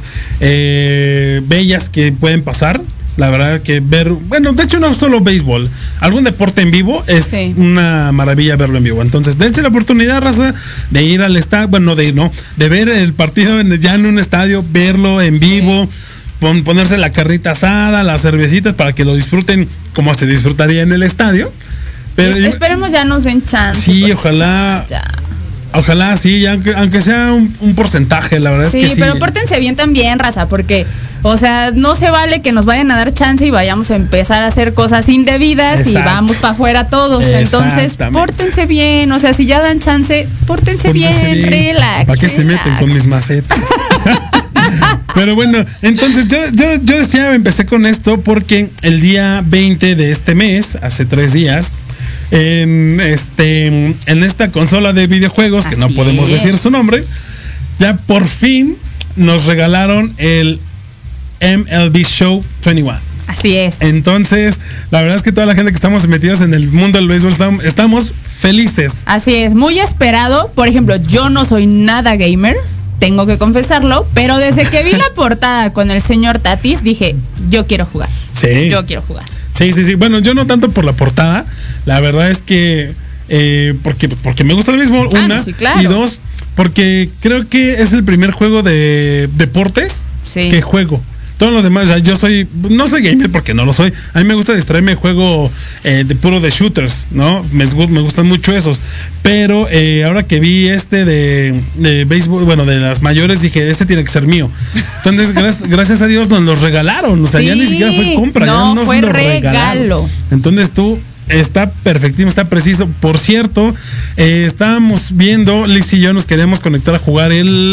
bellas que pueden pasar. La verdad que de hecho no solo béisbol, algún deporte en vivo es una maravilla verlo en vivo. Entonces, dense la oportunidad, raza, de ir al estadio, de ver el partido ya en un estadio, verlo en vivo, ponerse la carnita asada, las cervecitas para que lo disfruten como se disfrutaría en el estadio. Pero esperemos ya nos den chance. Sí, ojalá. Ojalá sí, ya aunque sea un porcentaje, la verdad es que sí. Sí, pero pórtense bien también, raza, porque, o sea, no se vale que nos vayan a dar chance y vayamos a empezar a hacer cosas indebidas y vamos para afuera todos. Entonces, pórtense bien, o sea, si ya dan chance, pórtense bien, relax. ¿Para qué se meten con mis macetas? Pero bueno, entonces yo decía, empecé con esto porque el día 20 de este mes, hace 3 días, en esta consola de videojuegos, que no podemos decir su nombre, ya por fin nos regalaron el MLB Show 21. Así es. Entonces, la verdad es que toda la gente que estamos metidos en el mundo del béisbol estamos felices. Así es, muy esperado. Por ejemplo, yo no soy nada gamer, tengo que confesarlo, pero desde que vi la portada con el señor Tatis, dije, yo quiero jugar. Sí. Yo quiero jugar. Sí. Bueno, yo no tanto por la portada. La verdad es que porque me gusta el béisbol, una. Sí, claro. Y 2, porque creo que es el primer juego de deportes que juego. Todos los demás, yo no soy gamer porque no lo soy. A mí me gusta distraerme, juego de shooters, ¿no? Me gustan mucho esos. Pero ahora que vi de béisbol, bueno, de las mayores, dije, tiene que ser mío. Entonces, gracias a Dios nos los regalaron. O sea, ya ni siquiera fue compra, no, ya nos fue lo regalo. Entonces está perfectísimo, está preciso. Por cierto, estábamos viendo, Liz y yo nos queríamos conectar a jugar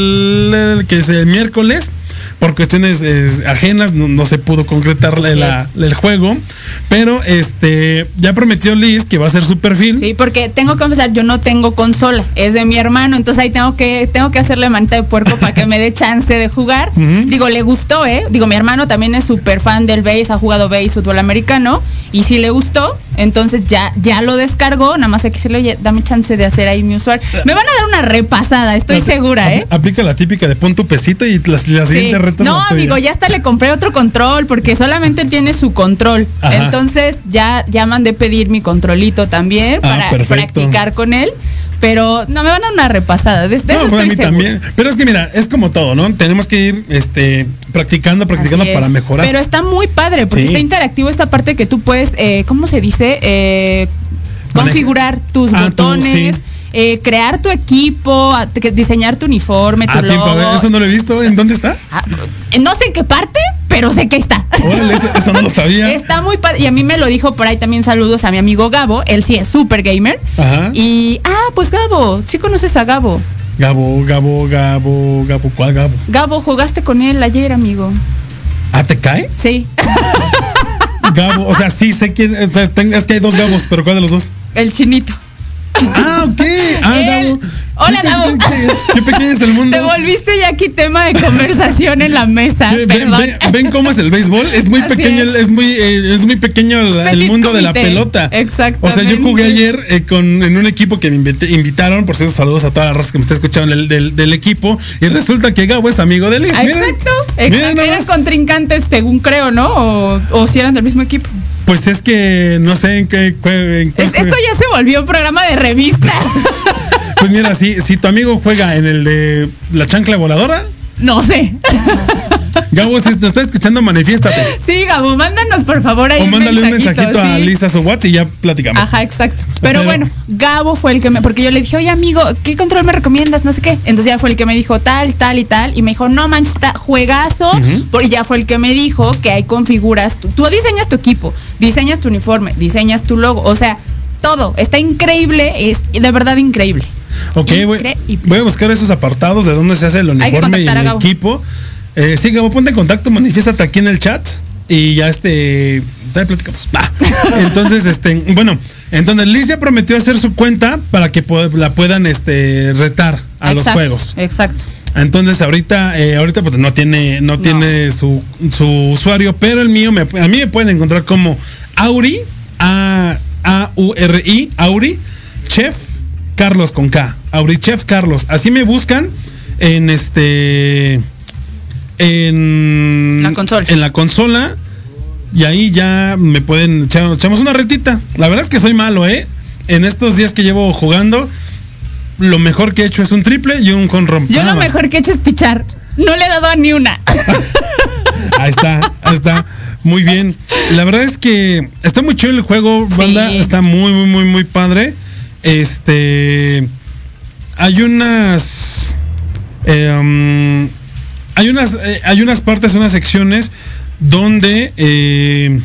el que es el miércoles. Por cuestiones ajenas no se pudo concretar el juego, pero ya prometió Liz que va a hacer su perfil. Sí, porque tengo que confesar, yo no tengo consola, es de mi hermano, entonces ahí tengo que hacerle manita de puerco para que me dé chance de jugar. Digo, le gustó, Digo, mi hermano también es súper fan del béis, ha jugado béis, fútbol americano, y sí le gustó, entonces ya lo descargó, nada más hay que decirle, oye, dame chance de hacer ahí mi usuario. Me van a dar una repasada, estoy segura, Aplica la típica de pon tu pesito y la siguiente reta. No, amigo, ya hasta le compré otro control porque solamente tiene su control. Ajá. Entonces ya mandé pedir mi controlito también para practicar con él. Pero no, me van a dar una repasada. De eso estoy seguro. También. Pero es que mira, es como todo, ¿no? Tenemos que ir practicando para mejorar. Pero está muy padre porque está interactivo esta parte que tú puedes, ¿cómo se dice? Configurar tus botones. Crear tu equipo, diseñar tu uniforme, tu logo. Eso no lo he visto. ¿En dónde está? No sé en qué parte, pero sé que está. Órale, eso no lo sabía. Está muy padre. Y a mí me lo dijo por ahí también, saludos a mi amigo Gabo. Él sí es súper gamer. Ajá. Y, pues Gabo, sí conoces a Gabo. Gabo, ¿cuál Gabo? Gabo, jugaste con él ayer, amigo. ¿Ah, te cae? Sí. Gabo, o sea, sí sé quién, es que hay dos Gabos, pero ¿cuál de los dos? El chinito. Ah, ok. Gabo. Hola, Gabo. Qué pequeño es el mundo. Te volviste ya aquí tema de conversación en la mesa. ¿Ven cómo es el béisbol? Es muy pequeño, es muy pequeño el mundo de la pelota. Exacto. O sea, yo jugué ayer en un equipo que me invitaron, por cierto, saludos a toda la raza que me está escuchando del equipo, y resulta que Gabo es amigo de Liz. Exacto. Eran contrincantes, según creo, ¿no? O si eran del mismo equipo. Pues es que no sé en qué esto ya se volvió un programa de revista. Pues mira, si tu amigo juega en el de la chancla voladora. No sé. Gabo, si te está escuchando, manifiéstate. Sí, Gabo, mándanos por favor ahí o mándale un mensajito a Lisa su WhatsApp y ya platicamos. Ajá, exacto. Pero bueno, Gabo fue el que porque yo le dije, oye amigo, ¿qué control me recomiendas? No sé qué. Entonces ya fue el que me dijo tal y tal. Y me dijo, no manches, está juegazo. Y ya fue el que me dijo que hay configuras. Tú diseñas tu equipo, diseñas tu uniforme, diseñas tu logo. O sea, todo. Está increíble, es de verdad increíble. Ok, voy a buscar esos apartados de dónde se hace el uniforme y el equipo. Sí, Gabo, ponte en contacto, manifiéstate aquí en el chat y ya también platicamos. Entonces, bueno, entonces Liz ya prometió hacer su cuenta para que la puedan retar a los juegos. Exacto. Entonces ahorita pues no tiene su usuario, pero el mío a mí me pueden encontrar como Auri, AURI, Auri, Chef Carlos con K, Aurichef Carlos. Así me buscan en la consola y ahí ya me pueden echamos una retita. La verdad es que soy malo, en estos días que llevo jugando, lo mejor que he hecho es un triple y un jonrón. Yo lo mejor que he hecho es pichar. No le he dado a ni una. Ahí está. Muy bien. La verdad es que está muy chido el juego, banda. Sí. Está muy, muy, muy, muy padre. Hay unas partes, unas secciones donde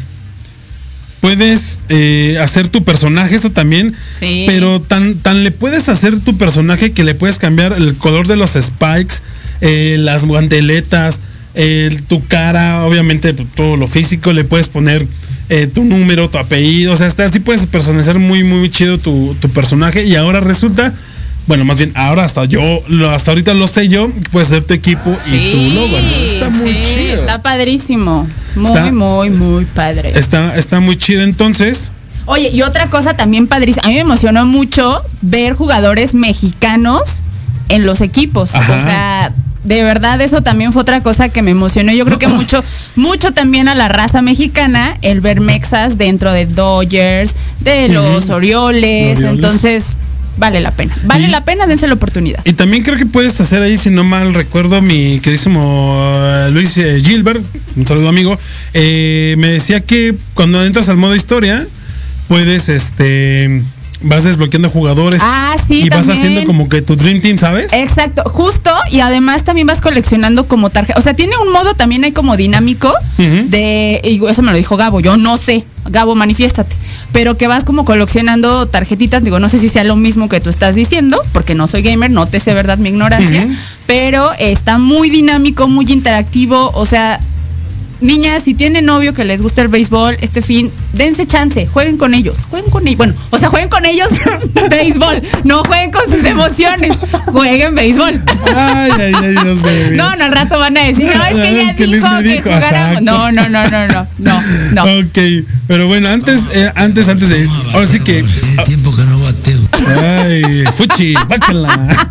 puedes hacer tu personaje, eso también. Sí. Pero tan le puedes hacer tu personaje que le puedes cambiar el color de los spikes, las guanteletas, tu cara, obviamente todo lo físico, le puedes poner tu número, tu apellido, o sea, así puedes personalizar muy, muy chido tu personaje. Y ahora resulta, bueno, más bien, ahora hasta ahorita lo sé yo, puedes hacer tu equipo y tu logo, ¿no? Está muy chido. Está padrísimo. Muy padre. Está muy chido, entonces. Oye, y otra cosa también padrísima, a mí me emocionó mucho ver jugadores mexicanos en los equipos. Ajá. O sea, de verdad eso también fue otra cosa que me emocionó. Yo creo que mucho también a la raza mexicana el ver mexas dentro de Dodgers, de los Orioles. Entonces vale la pena. Dense la oportunidad. Y también creo que puedes hacer ahí, si no mal recuerdo, mi queridísimo Luis Gilbert, un saludo amigo, me decía que cuando entras al modo historia puedes vas desbloqueando jugadores. Sí, y también vas haciendo como que tu Dream Team, ¿sabes? Exacto, justo, y además también vas coleccionando como tarjetas. O sea, tiene un modo también hay como dinámico y eso me lo dijo Gabo, yo no sé, Gabo, manifiéstate, pero que vas como coleccionando tarjetitas, digo, no sé si sea lo mismo que tú estás diciendo, porque no soy gamer, no te sé verdad mi ignorancia, pero está muy dinámico, muy interactivo, o sea, niñas, si tienen novio que les gusta el béisbol, este fin, dense chance, jueguen con ellos. Bueno, o sea, jueguen con ellos béisbol, no jueguen con sus emociones, jueguen béisbol. Ay, Dios mío. No, al rato van a decir, no, es que ya dijo que jugáramos. No. Ok, pero bueno, antes de, ahora sí que. Tiempo que no bateo. Ay, fuchi, bácala.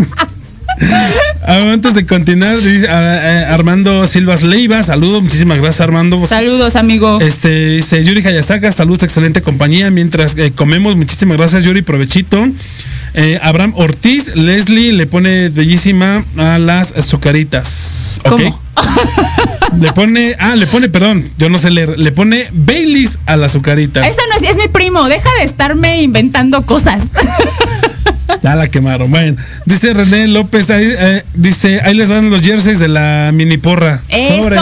Antes de continuar, dice Armando Silvas Leiva, saludos, muchísimas gracias Armando. Saludos, amigo. Dice Yuri Hayasaka, saludos, excelente compañía mientras comemos, muchísimas gracias Yuri, provechito. Abraham Ortiz, Leslie le pone bellísima a las azucaritas. ¿Okay? ¿Cómo? Le pone, perdón, yo no sé leer, le pone Baileys a las azucaritas. Eso no es mi primo, deja de estarme inventando cosas. Ya la quemaron. Bueno, dice René López, dice, ahí les van los jerseys de la mini porra. Eso, sobres.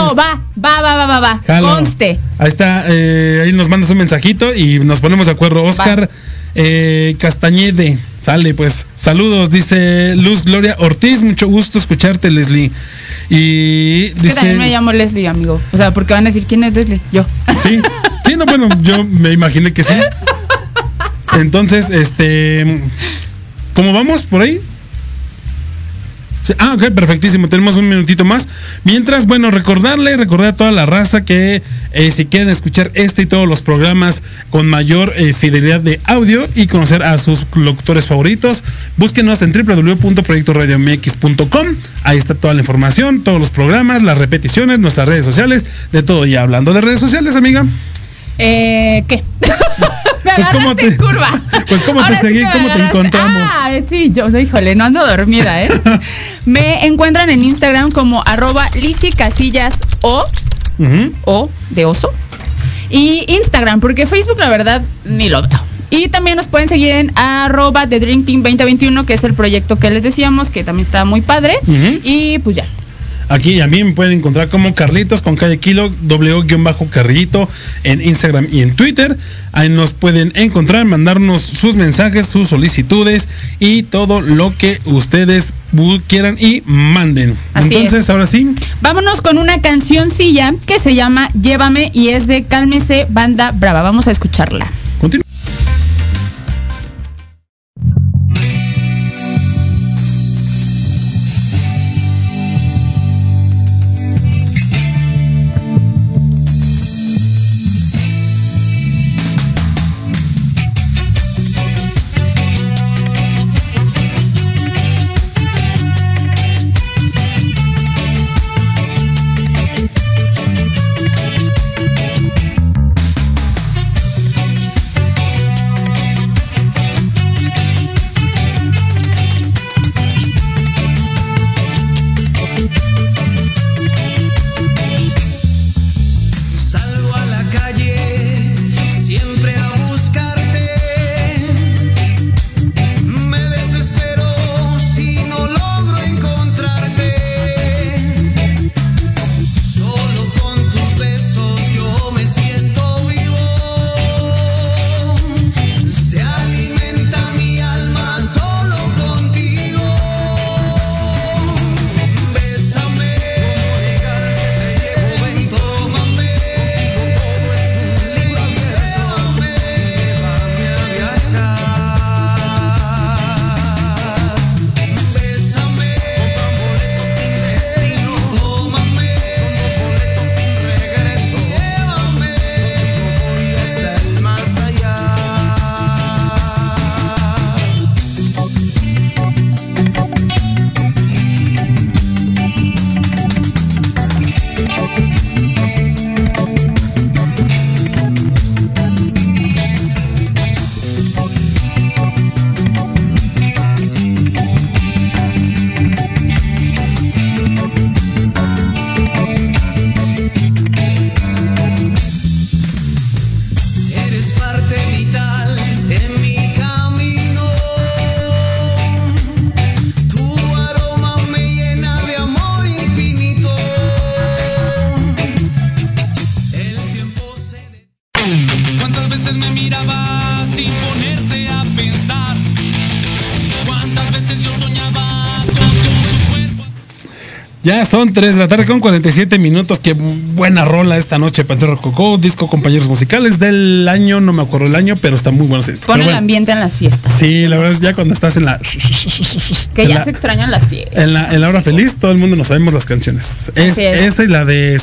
Va. Jalo. Conste. Ahí está, ahí nos mandas un mensajito y nos ponemos de acuerdo. Oscar Castañede. Sale, pues. Saludos, dice Luz Gloria Ortiz. Mucho gusto escucharte, Leslie. Y es dice, que también me llamo Leslie, amigo. O sea, porque van a decir, ¿quién es Leslie? Yo. Sí, sí, no, bueno, yo me imaginé que sí. Entonces, ¿cómo vamos por ahí? Sí, ok, perfectísimo. Tenemos un minutito más. Mientras, bueno, recordar a toda la raza que si quieren escuchar este y todos los programas con mayor fidelidad de audio y conocer a sus locutores favoritos, búsquenos en www.proyectoradiomx.com. Ahí está toda la información, todos los programas, las repeticiones, nuestras redes sociales, de todo. Y hablando de redes sociales, amiga. ¿Qué? Me agarraste en curva. Pues cómo te seguí, cómo te encontramos. Sí, yo, híjole, no ando dormida, Me encuentran en Instagram como @LizzyCasillasO, O de oso. Y Instagram, porque Facebook la verdad ni lo veo. Y también nos pueden seguir en @TheDreamTeam2021, que es el proyecto que les decíamos, que también está muy padre. Y pues ya. Aquí a mí me pueden encontrar como Carlitos con calle Kilo, _Carrillito en Instagram y en Twitter. Ahí nos pueden encontrar, mandarnos sus mensajes, sus solicitudes y todo lo que ustedes quieran y manden. Así Entonces, es. ahora sí. Vámonos con una cancioncilla que se llama Llévame y es de Cálmese Banda Brava. Vamos a escucharla. Continúa. Ya son 3 de la tarde con 47 minutos. Qué buena rola esta noche, Panteón Rococó, disco Compañeros Musicales del año, no me acuerdo el año, pero está muy bueno. Pone el ambiente en las fiestas. Sí, la verdad es ya cuando estás en la... Que ya se extrañan las fiestas. En la hora feliz, todo el mundo nos sabemos las canciones. Esa y la de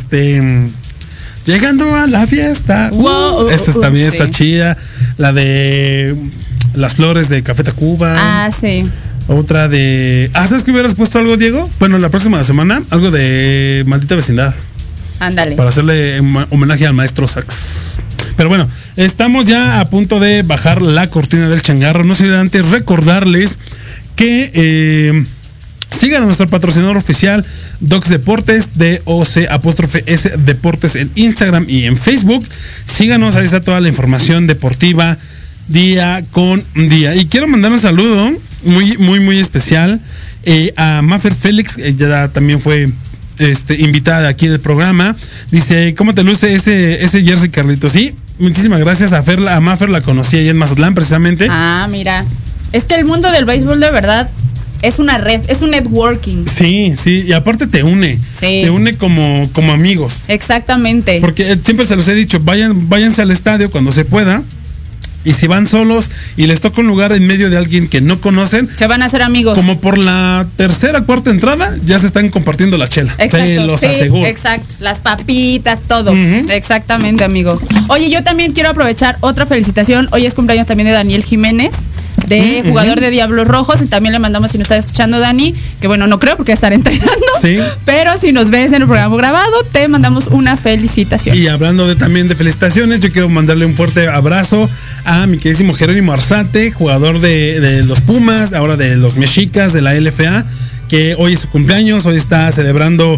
Llegando a la fiesta. Esta también está chida. La de Las Flores de Café Tacuba. Ah, sí. Otra de... ¿sabes que hubieras puesto algo, Diego? Bueno, la próxima semana, algo de Maldita Vecindad. Ándale. Para hacerle homenaje al maestro Sax. Pero bueno, estamos ya a punto de bajar la cortina del changarro. No sin antes recordarles que sigan a nuestro patrocinador oficial, Docs Deportes, DOC_S Deportes en Instagram y en Facebook. Síganos, ahí está toda la información deportiva día con día. Y quiero mandar un saludo muy especial a Mafer Félix, ya también fue invitada aquí del programa. Dice, ¿cómo te luce ese jersey, Carlitos? Sí, muchísimas gracias a Maffer, la conocí ahí en Mazatlán precisamente. Ah, mira. Es que el mundo del béisbol de verdad es una red, es un networking. Sí, y aparte te une. Sí. Te une como amigos. Exactamente. Porque siempre se los he dicho, váyanse al estadio cuando se pueda. Y si van solos y les toca un lugar en medio de alguien que no conocen, se van a hacer amigos. Como por la tercera, cuarta entrada, ya se están compartiendo la chela. Exacto, se los aseguro. Exacto, las papitas, todo. Exactamente, amigo. Oye, yo también quiero aprovechar otra felicitación. Hoy es cumpleaños también de Daniel Jiménez, de jugador de Diablos Rojos. Y también le mandamos, si nos está escuchando, Dani, que bueno, no creo porque estar entrenando. Sí. Pero si nos ves en el programa grabado, te mandamos una felicitación. Y hablando también de felicitaciones, yo quiero mandarle un fuerte abrazo a mi queridísimo Jerónimo Arzate, jugador de los Pumas, ahora de los Mexicas, de la LFA, que hoy es su cumpleaños, hoy está celebrando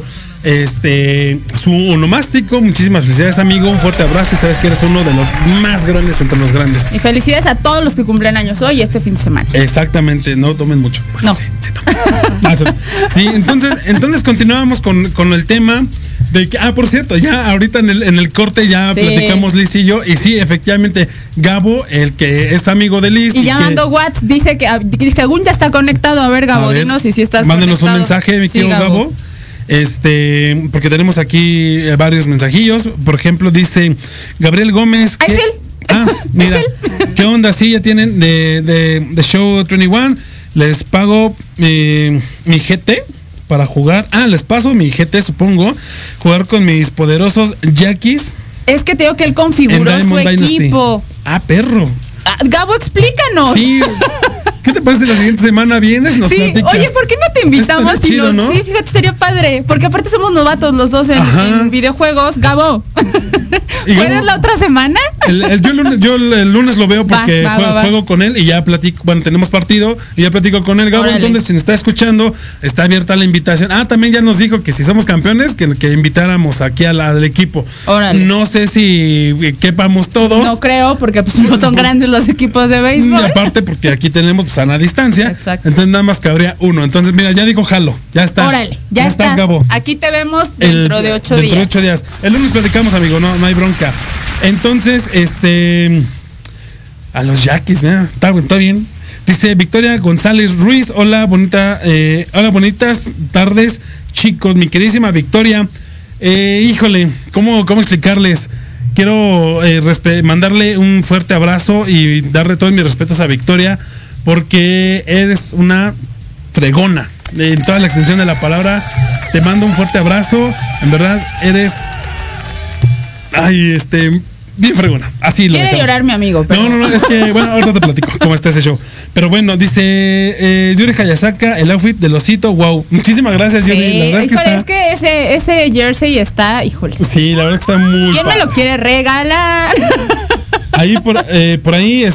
su onomástico. Muchísimas felicidades, amigo, un fuerte abrazo y sabes que eres uno de los más grandes entre los grandes. Y felicidades a todos los que cumplen años hoy y este fin de semana. Exactamente, no tomen mucho. Bueno, no. Sí tomen. Sí, entonces continuamos con el tema de que, por cierto, ya ahorita en el corte ya platicamos Liz y yo, y sí, efectivamente, Gabo, el que es amigo de Liz. Y llamando Watts, dice que según ya está conectado. A ver, Gabo, dinos si estás mándenos conectado. Un mensaje, mi querido Gabo. Porque tenemos aquí varios mensajillos. Por ejemplo, dice Gabriel Gómez que, mira, ¿qué onda? Sí, ya tienen de Show 21. Les pago mi GT para jugar. Les paso mi GT, supongo. Jugar con mis poderosos Yaquis. Es que te digo que él configuró su equipo. Perro. Gabo, explícanos. Sí. ¿Qué te parece la siguiente semana? ¿Vienes? Nos platicas. Oye, ¿por qué no te invitamos? Chido, ¿no? Sí, fíjate, sería padre. Porque aparte somos novatos los dos en videojuegos. Gabo, ¿puedes la otra semana? Yo el lunes lo veo porque juego con él y ya platico. Bueno, tenemos partido y ya platico con él, Gabo. Órale. Entonces, si nos está escuchando, está abierta la invitación. También ya nos dijo que si somos campeones, que invitáramos aquí al equipo. Órale. No sé si quepamos todos. No creo, porque pues no son grandes los equipos de béisbol. Y aparte, porque aquí tenemos sana distancia. Exacto. Entonces nada más cabría uno. Entonces, mira, ya dijo jalo. Ya está. Órale, ya estás, Gabo. Aquí te vemos dentro de 8 días. Dentro de 8 días. El lunes platicamos, amigo, no hay bronca. Entonces, a los Yaquis, está bien. Dice Victoria González Ruiz, hola bonitas tardes, chicos, mi queridísima Victoria. Híjole, ¿cómo explicarles? Quiero mandarle un fuerte abrazo y darle todos mis respetos a Victoria, porque eres una fregona. En toda la extensión de la palabra, te mando un fuerte abrazo. En verdad, eres bien fregona. Así lo quiere llorar mi amigo, pero... No, es que, bueno, ahorita te platico cómo está ese show. Pero bueno, dice Yuri Hayasaka, el outfit del osito, wow. Muchísimas gracias, Yuri. Sí, la verdad es que ese jersey está, híjole. Sí, la verdad que está muy... ¿Quién me lo quiere regalar? Ahí por ahí,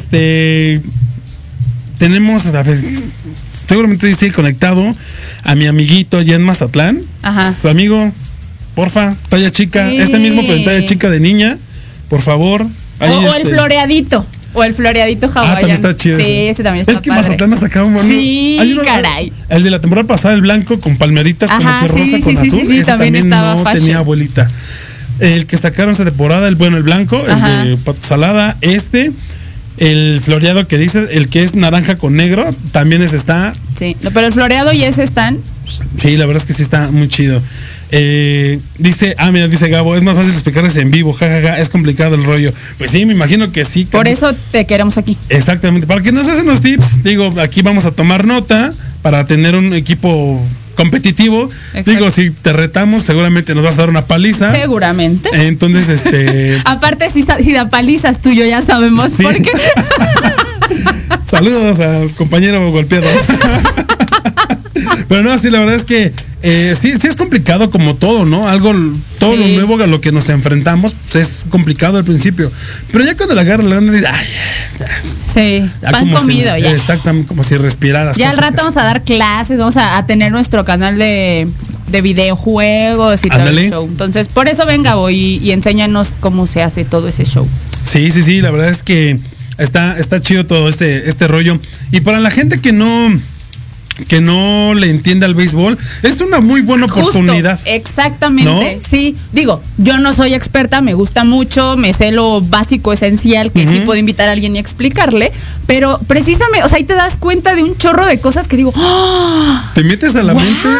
tenemos, a ver, seguramente sigue conectado a mi amiguito allá en Mazatlán. Ajá. Su amigo, porfa, talla chica, sí. Mismo, pero en talla chica de niña, por favor. Ahí o el floreadito. O el floreadito hawaiano. También está chido. Sí, ese también está padre. Es que Mazatlán ha sacado un mono. Sí, caray. El de la temporada pasada, el blanco con palmeritas, como que rosa con azul. Sí, ese también estaba no fashion. tenía abuelita. El que sacaron esa temporada, el blanco, el de pata salada, el floreado que dice, el que es naranja con negro, también ese está. Sí, pero el floreado y ese están. Sí, la verdad es que sí está muy chido. Dice Gabo, es más fácil explicarles en vivo, jajaja, es complicado el rollo. Pues sí, me imagino que sí. Por eso te queremos aquí. Exactamente, para que nos hacen los tips, digo, aquí vamos a tomar nota para tener un equipo competitivo. Exacto. Digo, si te retamos, seguramente nos vas a dar una paliza. Seguramente. Entonces, aparte, si da palizas tuyo, ya sabemos por qué. Saludos al compañero golpeado. Pero no, sí, la verdad es que sí es complicado como todo, ¿no? Todo lo nuevo a lo que nos enfrentamos, pues es complicado al principio. Pero ya cuando la agarra la onda, dice, sí, pan comido ya. Exactamente, como si respiraras. Ya al rato vamos a dar clases, vamos a tener nuestro canal de videojuegos y todo el show. Entonces, por eso venga y enséñanos cómo se hace todo ese show. Sí, la verdad es que está chido todo este rollo. Y para la gente que no que no le entiende al béisbol, es una muy buena oportunidad. Exactamente, ¿no? Sí, digo, yo no soy experta, me gusta mucho, me sé lo básico, esencial, que sí puedo invitar a alguien y explicarle, pero precisamente, o sea, ahí te das cuenta de un chorro de cosas que digo, ¡oh! Te metes a la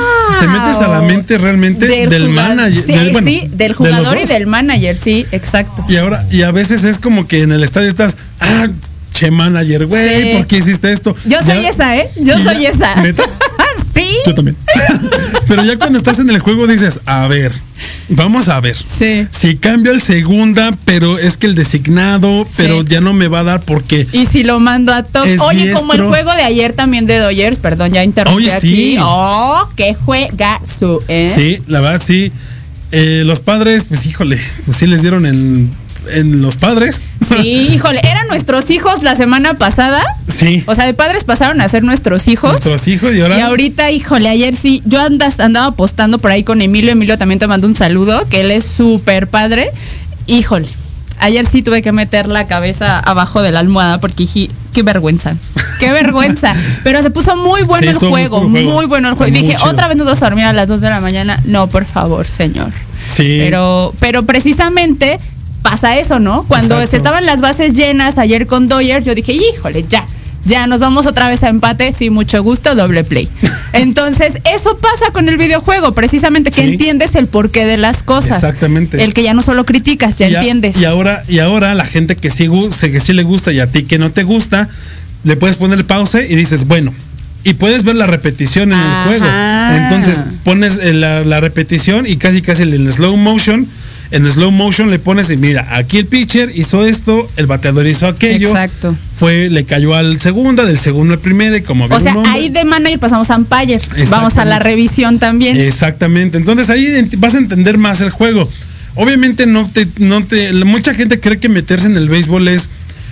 mente realmente del manager. Del jugador y del manager, sí, exacto. Y a veces es como que en el estadio estás, che manager, güey, ¿por qué hiciste esto? Yo soy esa, Yo soy esa. ¿Neta? Sí. Yo también. Pero ya cuando estás en el juego dices, a ver, vamos a ver. Sí. Si cambia el segunda, pero es que el designado, pero ya no me va a dar porque. Y si lo mando a todos. Oye, diestro. como el juego de ayer también de Dodgers, perdón, ya interrumpí aquí. Sí. Oh, qué juegazo, Sí, la verdad sí. Los Padres, pues híjole, pues sí les dieron en los Padres. Sí, híjole, eran nuestros hijos la semana pasada. Sí. O sea, de Padres pasaron a ser nuestros hijos. Nuestros hijos y ahora. Y ahorita, híjole, ayer sí, yo andaba apostando por ahí con Emilio. Emilio también te mandó un saludo, que él es súper padre. Híjole, ayer sí tuve que meter la cabeza abajo de la almohada porque qué vergüenza. Qué vergüenza. Pero se puso muy bueno el juego, muy bueno el juego. Dije, otra vez nos vamos a dormir a las 2 de la mañana. No, por favor, señor. Sí. Pero precisamente pasa eso, ¿no? Cuando estaban las bases llenas ayer con Dodgers, yo dije, híjole, ya nos vamos otra vez a empate, sí, mucho gusto, doble play. Entonces, eso pasa con el videojuego, precisamente que entiendes el porqué de las cosas. Exactamente. El que ya no solo criticas, ya entiendes. Y ahora la gente que sí le gusta y a ti que no te gusta, le puedes poner pausa y dices, bueno, y puedes ver la repetición en el juego. Entonces, pones la repetición y casi en slow motion. En slow motion le pones y mira, aquí el pitcher hizo esto, el bateador hizo aquello. Exacto. Le cayó al segunda, del segundo al primero y como o sea, ahí de manager pasamos a umpire. Vamos a la revisión también. Exactamente. Entonces ahí vas a entender más el juego. Obviamente mucha gente cree que meterse en el béisbol es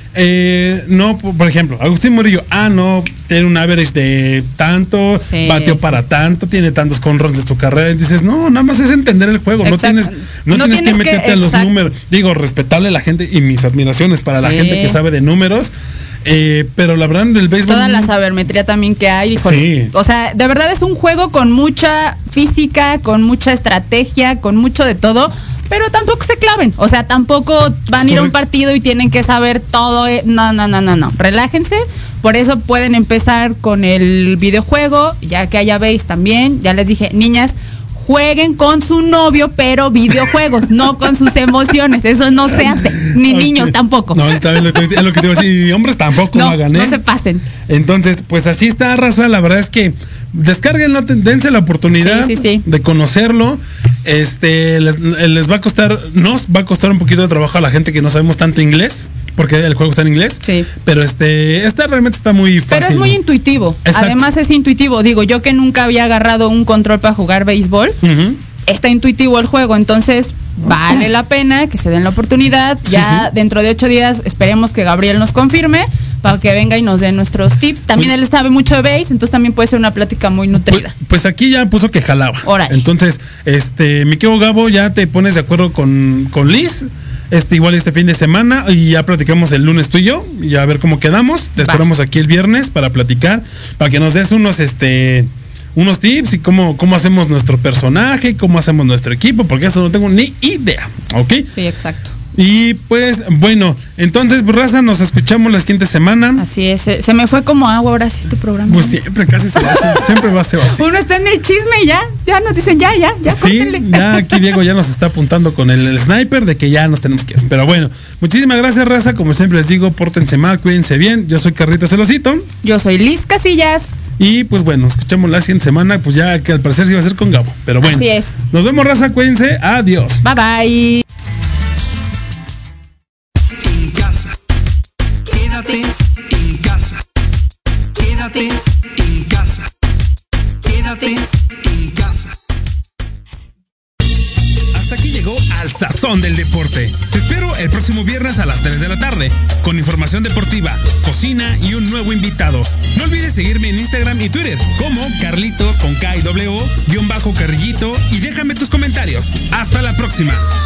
no, por ejemplo, Agustín Murillo, no, tiene un average de tanto, bateó para tanto, tiene tantos conrones de su carrera, y dices, no, nada más es entender el juego, no tienes que meterte a los números. Digo, respetarle a la gente y mis admiraciones para la gente que sabe de números. Pero la verdad el béisbol, toda la sabermetría también que hay, o sea, de verdad es un juego con mucha física, con mucha estrategia, con mucho de todo. Pero tampoco se claven, o sea, tampoco van a ir a un partido y tienen que saber todo. No, relájense. Por eso pueden empezar con el videojuego, ya que haya veis también. Ya les dije, niñas, jueguen con su novio, pero videojuegos, no con sus emociones. Eso no se hace, ni niños tampoco. No, es lo que te iba a decir, y hombres tampoco lo hagan, no se pasen. Entonces, pues así está, raza. La verdad es que descárguenlo, dense la oportunidad de conocerlo. Les va a costar, nos va a costar un poquito de trabajo a la gente que no sabemos tanto inglés, porque el juego está en inglés. Sí. Pero realmente está muy fácil. Pero es muy intuitivo. Exacto. Además es intuitivo. Digo, yo que nunca había agarrado un control para jugar béisbol, está intuitivo el juego, entonces vale la pena que se den la oportunidad. Dentro de 8 días esperemos que Gabriel nos confirme para que venga y nos dé nuestros tips. También él sabe mucho de base, entonces también puede ser una plática muy nutrida. Pues aquí ya puso que jalaba. Órale. Entonces, mi querido Gabo, ya te pones de acuerdo con Liz. Igual este fin de semana y ya platicamos el lunes tú y yo, y a ver cómo quedamos. Te esperamos aquí el viernes para platicar, para que nos des unos tips y cómo hacemos nuestro personaje, cómo hacemos nuestro equipo, porque eso no tengo ni idea, ¿ok? Sí, exacto. Y pues bueno, entonces raza, nos escuchamos la siguiente semana. Así es, se me fue como agua ahora sí este programa. Pues siempre casi se va así, siempre va a ser así. Uno está en el chisme y ya nos dicen ya, sí, córtenle. Ya aquí Diego ya nos está apuntando con el sniper de que ya nos tenemos que ir. Pero bueno, muchísimas gracias, raza, como siempre les digo, pórtense mal, cuídense bien. Yo soy Carlitos Celosito. Yo soy Liz Casillas. Y pues bueno, nos escuchamos la siguiente semana, pues ya que al parecer se iba a hacer con Gabo. Pero bueno, así es. Nos vemos, raza, cuídense, adiós. Bye bye. Quédate en casa. Quédate en casa. Quédate en casa. Hasta aquí llegó Al Sazón del Deporte. Te espero el próximo viernes a las 3 de la tarde con información deportiva, cocina y un nuevo invitado. No olvides seguirme en Instagram y Twitter como Carlitos con K y W _Carrillito y déjame tus comentarios. Hasta la próxima.